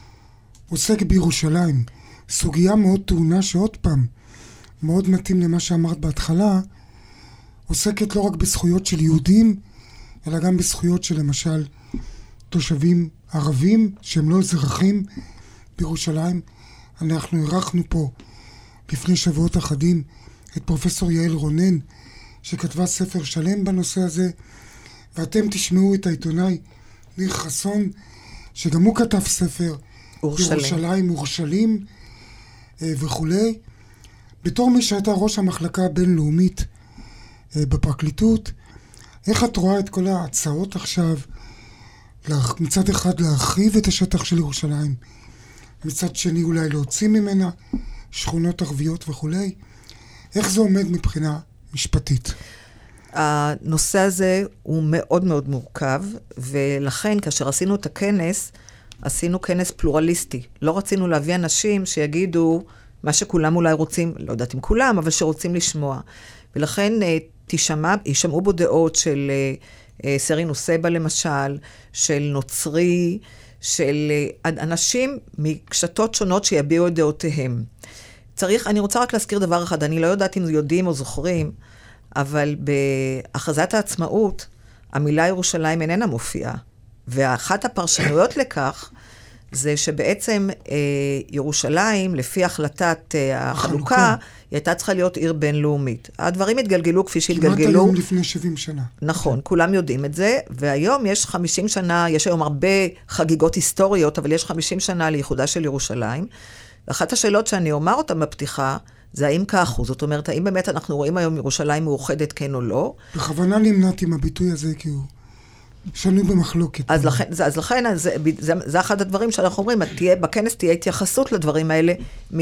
עוסק בירושלים. סוגיה מאוד טעונה שעוד פעם, מאוד מתאים למה שאמרת בהתחלה, עוסקת לא רק בזכויות של יהודים, אלא גם בזכויות של למשל תושבים ערבים שהם לא אזרחים בירושלים. אנחנו ערכנו פה לפני שבועות אחדים את פרופסור יעל רונן, שכתבה ספר שלם בנושא הזה, ואתם תשמעו את העיתונאי ניר חסון, שגם הוא כתב ספר, אורשלים. ירושלים, אורשלים וכולי. בתור מי שהייתה ראש המחלקה הבינלאומית בפרקליטות, איך את רואה את כל ההצעות עכשיו, מצד אחד להרחיב את השטח של ירושלים, מצד שני אולי להוציא ממנה שכונות ערביות וכולי? איך זה עומד מבחינה משפטית? הנושא הזה הוא מאוד מאוד מורכב, ולכן כאשר עשינו את הכנס, עשינו כנס פלורליסטי. לא רצינו להביא אנשים שיגידו מה שכולם אולי רוצים, לא יודעת אם כולם, אבל שרוצים לשמוע. ולכן תשמע, ישמעו בו דעות של סרי נוסבה למשל, של נוצרי, של אנשים מקשתות שונות שיביעו את דעותיהם. צריך, אני רוצה רק להזכיר דבר אחד, אני לא יודעת אם יודעים או זוכרים, אבל בהכרזת העצמאות, המילה ירושלים איננה מופיעה. ואחת הפרשנויות לכך, זה שבעצם אה, ירושלים, לפי החלטת אה, החלוקה, היא הייתה צריכה להיות עיר בינלאומית. הדברים התגלגלו כפי שהתגלגלו. כמעט היום לפני שבעים שנה. נכון, כולם יודעים את זה, והיום יש חמישים שנה, יש היום הרבה חגיגות היסטוריות, אבל יש חמישים שנה לייחודה של ירושלים. אחת השאלות שאני אומר אותה בפתיחה, זה האם כך הוא. זאת אומרת, האם באמת אנחנו רואים היום ירושלים מאוחדת כן או לא? בכוונה נמנעתי עם הביטוי הזה, כי הוא שנוי במחלוקת. אז לכן, אז לכן, אז זה, זה, זה אחד הדברים שאנחנו אומרים, תהיה, בכנס תהיה התייחסות לדברים האלה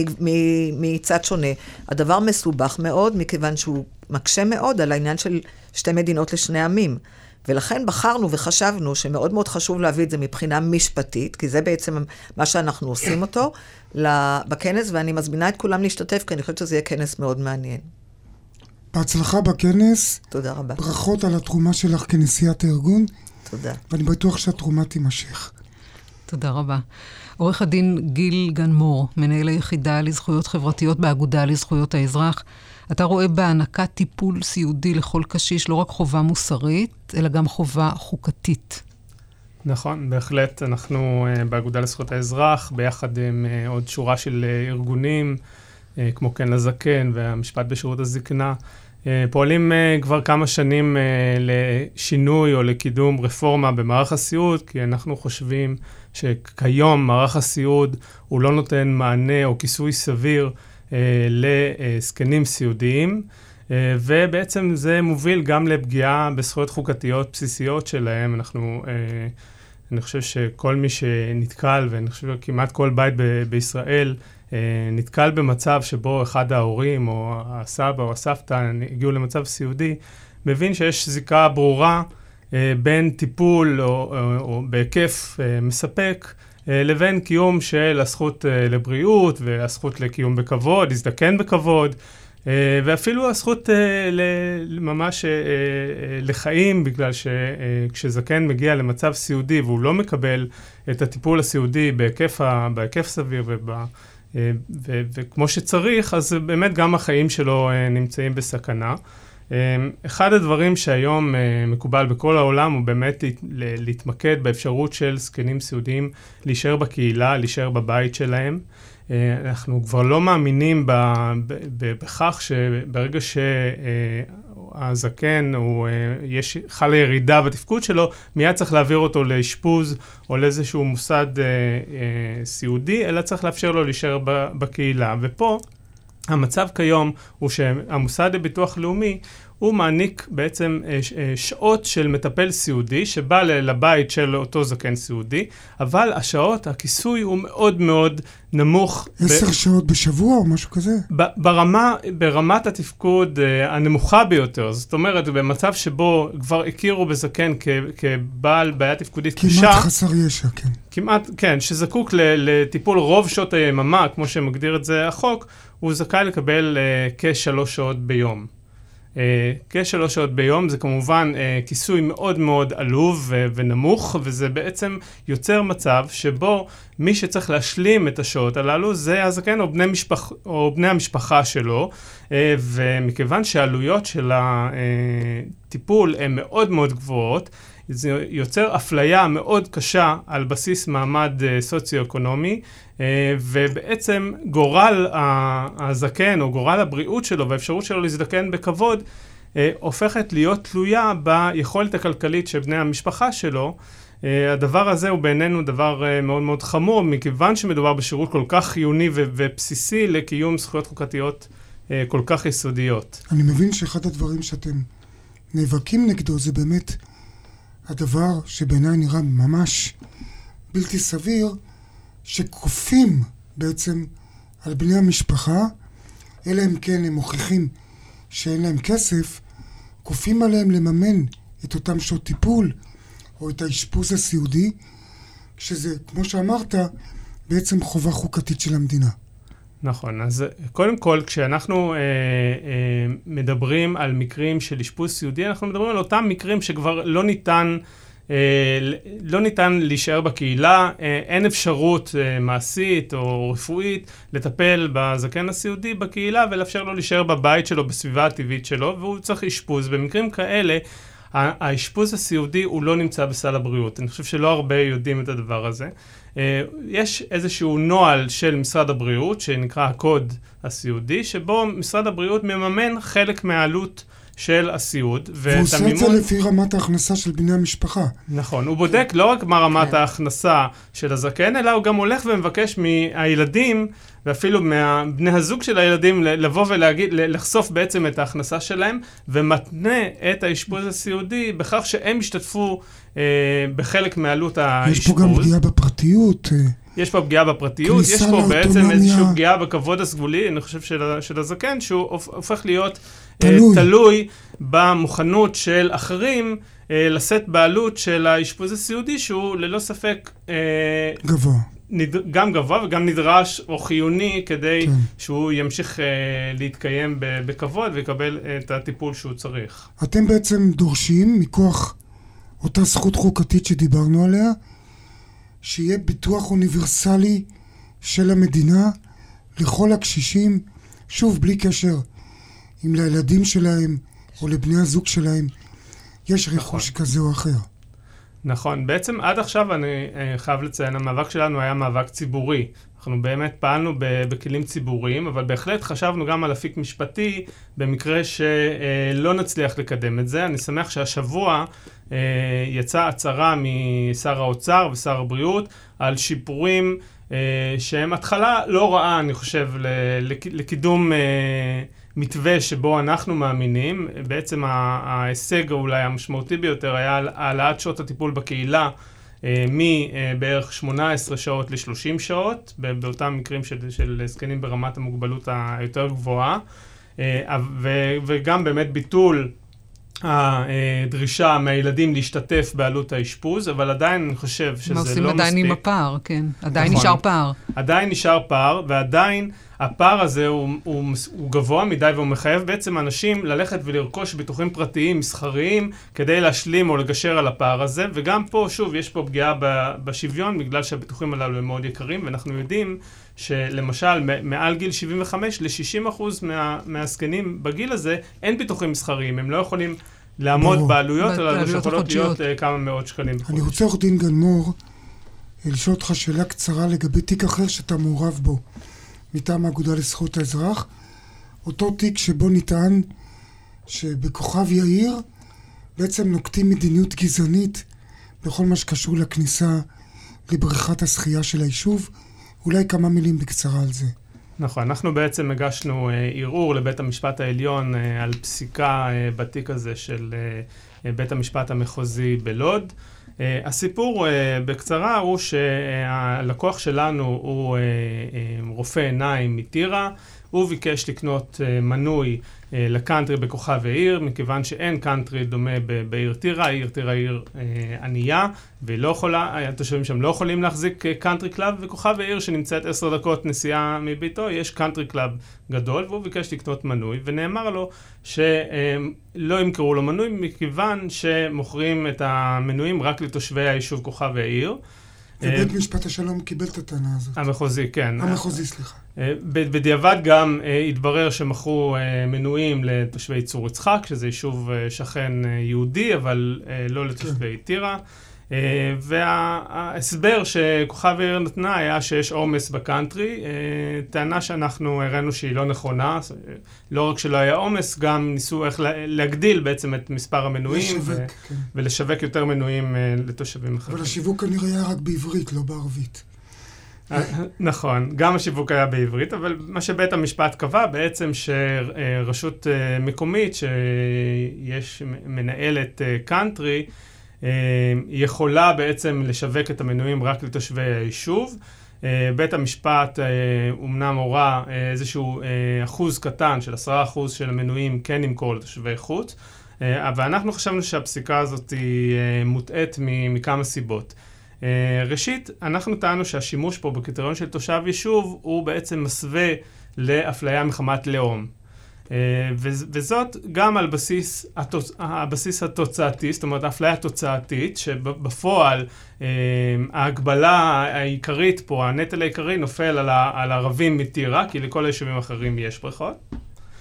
מצד שונה. הדבר מסובך מאוד, מכיוון שהוא מקשה מאוד על העניין של שתי מדינות לשני עמים. ולכן בחרנו וחשבנו שמאוד מאוד חשוב להביא את זה מבחינה משפטית, כי זה בעצם מה שאנחנו עושים אותו בכנס, ואני מזמינה את כולם להשתתף, כי אני חושבת שזה יהיה כנס מאוד מעניין. בהצלחה בכנס. תודה רבה. ברכות על התרומה שלך כנשיאת הארגון. תודה. ואני בטוח שהתרומה תימשך. תודה רבה. עורך הדין גיל גנמור, מנהל היחידה לזכויות חברתיות באגודה לזכויות האזרח, אתה רואה בהענקת טיפול סיעודי לכל קשיש לא רק חובה מוסרית, אלא גם חובה חוקתית. נכון, בהחלט. אנחנו uh, באגודה לזכויות האזרח, ביחד עם uh, עוד שורה של uh, ארגונים, uh, כמו כן לזקן והמשפט בשירות הזקנה, uh, פועלים uh, כבר כמה שנים uh, לשינוי או לקידום רפורמה במערך הסיעוד, כי אנחנו חושבים שכיום מערך הסיעוד הוא לא נותן מענה או כיסוי סביר uh, לזקנים סיעודיים, uh, ובעצם זה מוביל גם לפגיעה בזכויות חוקתיות בסיסיות שלהם. אנחנו, uh, אני חושב שכל מי שנתקל, ואני חושב שכמעט כל בית ב- בישראל, uh, נתקל במצב שבו אחד ההורים או הסבא או הסבתא הגיעו למצב סיעודי, מבין שיש זיקה ברורה uh, בין טיפול או, או, או בהיקף uh, מספק, לבין קיום של הזכות לבריאות והזכות לקיום בכבוד, להזדקן בכבוד, ואפילו הזכות ממש לחיים, בגלל שכשזקן מגיע למצב סיעודי והוא לא מקבל את הטיפול הסיעודי בהיקף, בהיקף סביר ובא, וכמו שצריך, אז באמת גם החיים שלו נמצאים בסכנה. אחד הדברים שהיום מקובל בכל העולם הוא באמת להתמקד באפשרות של זקנים סיעודיים להישאר בקהילה, להישאר בבית שלהם. אנחנו כבר לא מאמינים בכך שברגע שהזקן הוא, יש חלה ירידה בתפקוד שלו, מיד צריך להעביר אותו לאשפוז או לאיזשהו מוסד סיעודי, אלא צריך לאפשר לו להישאר בקהילה. ופה המצב כיום הוא שהמוסד לביטוח לאומי הוא מעניק בעצם שעות של מטפל סיעודי שבא לבית של אותו זקן סיעודי, אבל השעות, הכיסוי הוא מאוד מאוד נמוך. עשר ב- שעות בשבוע או משהו כזה? ב- ברמה, ברמת התפקוד uh, הנמוכה ביותר. זאת אומרת, במצב שבו כבר הכירו בזקן כ- כבעל בעיה תפקודית קשה. כמעט חסר ישע, כן. כמעט, כן, שזקוק ל- לטיפול רוב שעות היממה, כמו שמגדיר את זה החוק, הוא זכאי לקבל uh, כשלוש שעות ביום. Uh, כשלוש שעות ביום, זה כמובן uh, כיסוי מאוד מאוד עלוב ו- ונמוך, וזה בעצם יוצר מצב שבו מי שצריך להשלים את השעות הללו זה הזקן או בני, משפח, או בני המשפחה שלו, uh, ומכיוון שהעלויות של הטיפול הן מאוד מאוד גבוהות, זה יוצר אפליה מאוד קשה על בסיס מעמד uh, סוציו-אקונומי, uh, ובעצם גורל הזקן או גורל הבריאות שלו והאפשרות שלו להזדקן בכבוד, uh, הופכת להיות תלויה ביכולת הכלכלית של בני המשפחה שלו, הדבר הזה הוא בעינינו דבר מאוד מאוד חמור, מכיוון שמדובר בשירות כל כך חיוני ו- ובסיסי לקיום זכויות חוקתיות כל כך יסודיות. אני מבין שאחד הדברים שאתם נאבקים נגדו זה באמת הדבר שבעיניי נראה ממש בלתי סביר, שכופים בעצם על בני המשפחה, אלא אם כן הם מוכיחים שאין להם כסף, כופים עליהם לממן את אותם שעות טיפול או את האשפוז הסיעודי, כשזה, כמו שאמרת, בעצם חובה חוקתית של המדינה. נכון, אז קודם כל, כשאנחנו אה, אה, מדברים על מקרים של אשפוז סיעודי, אנחנו מדברים על אותם מקרים שכבר לא ניתן, אה, לא ניתן להישאר בקהילה, אה, אין אפשרות אה, מעשית או רפואית לטפל בזקן הסיעודי בקהילה ולאפשר לו להישאר בבית שלו, בסביבה הטבעית שלו, והוא צריך אשפוז. במקרים כאלה, האשפוז הסיעודי הוא לא נמצא בסל הבריאות. אני חושב שלא הרבה יודעים את הדבר הזה. יש איזשהו נוהל של משרד הבריאות, שנקרא הקוד הסיעודי, שבו משרד הבריאות מממן חלק מהעלות של הסיעוד. והוא עושה את זה לפי רמת ההכנסה של בני המשפחה. נכון, הוא בודק לא רק מה רמת ההכנסה של הזקן, אלא הוא גם הולך ומבקש מהילדים, ואפילו מבני הזוג של הילדים, לבוא ולהגיד, לחשוף בעצם את ההכנסה שלהם, ומתנה את האשפוז הסיעודי בכך שהם השתתפו אה, בחלק מעלות האשפוז. יש פה גם פגיעה בפרטיות. יש פה פגיעה בפרטיות, יש פה בעצם איזושהי פגיעה בכבוד הסגולי, אני חושב של, של הזקן, שהוא הופך להיות תלוי, אה, תלוי במוכנות של אחרים, אה, לשאת בעלות של האשפוז הסיעודי, שהוא ללא ספק אה, גבוה. נד... גם גבוה וגם נדרש או חיוני כדי כן. שהוא ימשיך אה, להתקיים בכבוד ויקבל את הטיפול שהוא צריך. אתם בעצם דורשים מכוח אותה זכות חוקתית שדיברנו עליה, שיהיה ביטוח אוניברסלי של המדינה לכל הקשישים, שוב בלי קשר אם לילדים שלהם או לבני הזוג שלהם יש רכוש נכון. כזה או אחר. נכון, בעצם עד עכשיו אני חייב לציין, המאבק שלנו היה מאבק ציבורי. אנחנו באמת פעלנו בכלים ציבוריים, אבל בהחלט חשבנו גם על אפיק משפטי, במקרה שלא נצליח לקדם את זה. אני שמח שהשבוע יצאה הצהרה משר האוצר ושר הבריאות על שיפורים שהם התחלה לא רעה, אני חושב, לקידום מתווה שבו אנחנו מאמינים. בעצם ההישג אולי המשמעותי ביותר היה העלאת שעות הטיפול בקהילה מבערך שמונה עשרה שעות ל-שלושים שעות, באותם מקרים של, של זקנים ברמת המוגבלות היותר גבוהה, וגם באמת ביטול הדרישה מהילדים להשתתף בעלות האשפוז, אבל עדיין אני חושב שזה לא מספיק. מה עושים עדיין עם הפער, כן. עדיין נשאר פער. עדיין נשאר פער, ועדיין הפער הזה הוא, הוא, הוא גבוה מדי, והוא מחייב בעצם אנשים ללכת ולרכוש ביטוחים פרטיים, מסחריים, כדי להשלים או לגשר על הפער הזה, וגם פה, שוב, יש פה פגיעה בשוויון, בגלל שהביטוחים הללו הם מאוד יקרים, ואנחנו יודעים שלמשל, מעל גיל שבעים וחמש ל-שישים אחוז מה, מהזקנים בגיל הזה, אין ביטוחים מסחריים, הם לא יכולים לעמוד בוא. בעלויות, אלא שיכולות להיות uh, כמה מאות שקלים בחודש. אני רוצה עורך דין גן מור, לשאול אותך שאלה קצרה לגבי תיק אחר שאתה מעורב בו, מטעם האגודה לזכויות האזרח, אותו תיק שבו נטען שבכוכב יאיר בעצם נוקטים מדיניות גזענית בכל מה שקשור לכניסה לבריכת השחייה של היישוב. אולי כמה מילים בקצרה על זה. נכון, אנחנו בעצם הגשנו אה, ערעור לבית המשפט העליון אה, על פסיקה אה, בתיק הזה של אה, בית המשפט המחוזי בלוד. אה, הסיפור אה, בקצרה הוא שהלקוח שלנו הוא אה, אה, רופא עיניים מטירה, הוא ביקש לקנות אה, מנוי אה, לקאנטרי בכוכב העיר, מכיוון שאין קאנטרי דומה ב- בעיר טירה, העיר טירה עיר אה, ענייה, ולא יכולה, התושבים שם לא יכולים להחזיק אה, קאנטרי קלאב, בכוכב העיר שנמצאת עשר דקות נסיעה מביתו, יש קאנטרי קלאב גדול, והוא ביקש לקנות מנוי, ונאמר לו שלא אה, ימכרו לו מנוי, מכיוון שמוכרים את המנויים רק לתושבי היישוב כוכב העיר. ובית משפט השלום קיבל את הטענה הזאת. המחוזי, כן. המחוזי, סליחה. בדיעבד גם התברר שמכרו מנויים לתושבי צור יצחק, שזה יישוב שכן יהודי, אבל לא לתושבי טירה. וההסבר שכוכב יאיר נתנה היה שיש עומס בקאנטרי, טענה שאנחנו הראינו שהיא לא נכונה, לא רק שלא היה עומס, גם ניסו איך להגדיל בעצם את מספר המנויים ו- כן. ולשווק יותר מנויים לתושבים אחרים. אבל השיווק כנראה היה רק בעברית, לא בערבית. נכון, גם השיווק היה בעברית, אבל מה שבית המשפט קבע בעצם שרשות מקומית שיש מנהלת קאנטרי, יכולה בעצם לשווק את המנויים רק לתושבי היישוב. בית המשפט אומנם הורה איזשהו אחוז קטן של עשרה אחוז של המנויים כן למכור לתושבי חוץ, אבל אנחנו חשבנו שהפסיקה הזאת היא מוטעת מכמה סיבות. ראשית, אנחנו טענו שהשימוש פה בקריטריון של תושב יישוב הוא בעצם מסווה לאפליה מחמת לאום. וזאת גם על בסיס, הבסיס התוצאתי, זאת אומרת, האפליה התוצאתית, שבפועל ההגבלה העיקרית פה, הנטל העיקרי נופל על, על ערבים מטירה, כי לכל היישובים האחרים יש בריכות.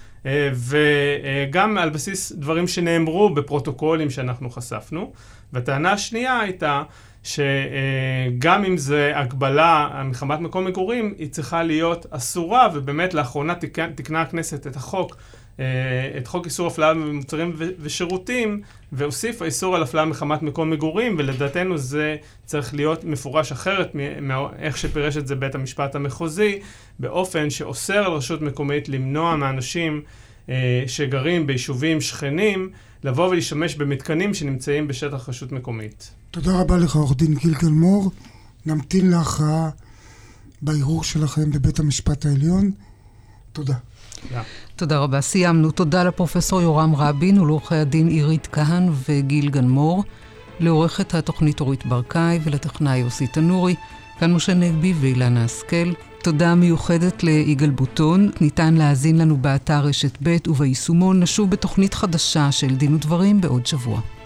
וגם על בסיס דברים שנאמרו בפרוטוקולים שאנחנו חשפנו. והטענה השנייה הייתה שגם אם זה הגבלה מחמת מקום מגורים, היא צריכה להיות אסורה, ובאמת לאחרונה תקנה הכנסת את החוק, את חוק איסור הפליה במוצרים ושירותים, והוסיף האיסור על הפליה מחמת מקום מגורים, ולדעתנו זה צריך להיות מפורש אחרת מאיך שפירש את זה בית המשפט המחוזי, באופן שאוסר על רשות מקומית למנוע מאנשים שגרים ביישובים שכנים, לבוא ולהשתמש במתקנים שנמצאים בשטח רשות מקומית. תודה רבה לך, עורך דין גיל גלמור. נמתין להכרעה בערעור שלכם בבית המשפט העליון. תודה. תודה. תודה רבה. סיימנו. תודה לפרופסור יורם רבין ולעורכי הדין עירית כהן וגיל גלמור, לעורכת התוכנית אורית ברקאי ולטכנאי יוסי תנורי, כאן משה נגבי ואילנה השכל. תודה מיוחדת ליגאל בוטון. ניתן להאזין לנו באתר רשת ב' וביישומון. נשוב בתוכנית חדשה של דין ודברים בעוד שבוע.